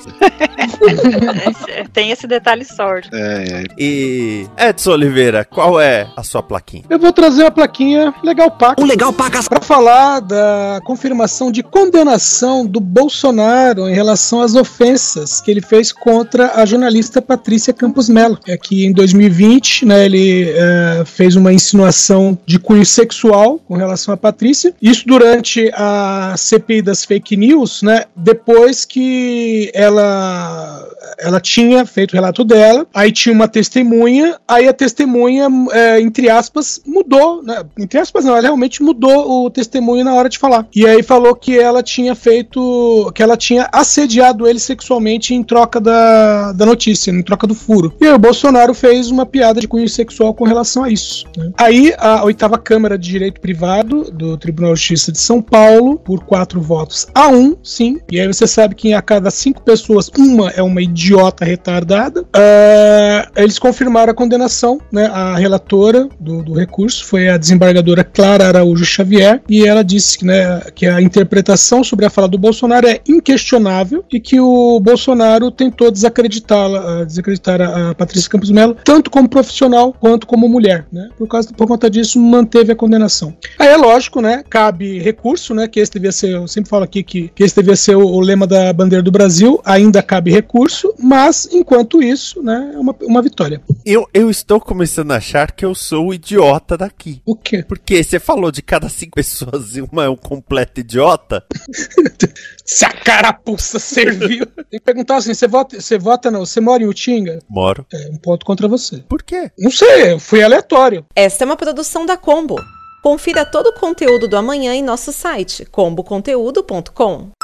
Tem esse detalhe sorte. E Edson Oliveira, qual é a sua plaquinha? Eu vou trazer uma plaquinha Legal Pacas. Um Legal Pacas para falar da confirmação de condenação do Bolsonaro em relação às ofensas que ele fez contra a jornalista Patrícia Campos Mello. É que em 2020, né, ele fez uma insinuação de cunho sexual com relação a Patrícia. Isso durante a CPI das fake news, né, depois que ela tinha feito o relato dela, aí tinha uma testemunha, aí a testemunha, entre aspas, mudou, né? Entre aspas não, ela realmente mudou o testemunho na hora de falar. E aí falou que ela tinha assediado ele sexualmente em troca da notícia, em troca do furo. E aí o Bolsonaro fez uma piada de cunho sexual com relação a isso, né? Aí a 8ª Câmara de Direito Privado do Tribunal de Justiça de São Paulo, por 4 votos a 1, sim, e aí você sabe que a cada 5 pessoas, uma é uma idiota retardada, eles confirmaram a condenação, né? A relatora do recurso foi a desembargadora Clara Araújo Xavier, e ela disse que a interpretação sobre a fala do Bolsonaro é inquestionável e que o Bolsonaro tentou desacreditar a Patrícia Campos Mello, tanto como profissional quanto como mulher, né? Por conta disso, manteve a condenação. Aí é lógico, né? Cabe recurso, né? Que esse devia ser, eu sempre falo aqui que esse devia ser o lema da bandeira do Brasil, ainda cabe recurso, mas enquanto isso, né? É uma vitória. Eu estou começando a achar que eu sou o idiota daqui. O quê? Porque você falou de cada 5 pessoas e uma é um completo idiota. Se a carapuça serviu. Tem que perguntar assim, você mora em Utinga? Moro. É um ponto contra você. Por quê? Não sei, foi aleatório. Esta é uma produção da Combo. Confira todo o conteúdo do Amanhã em nosso site, comboconteúdo.com.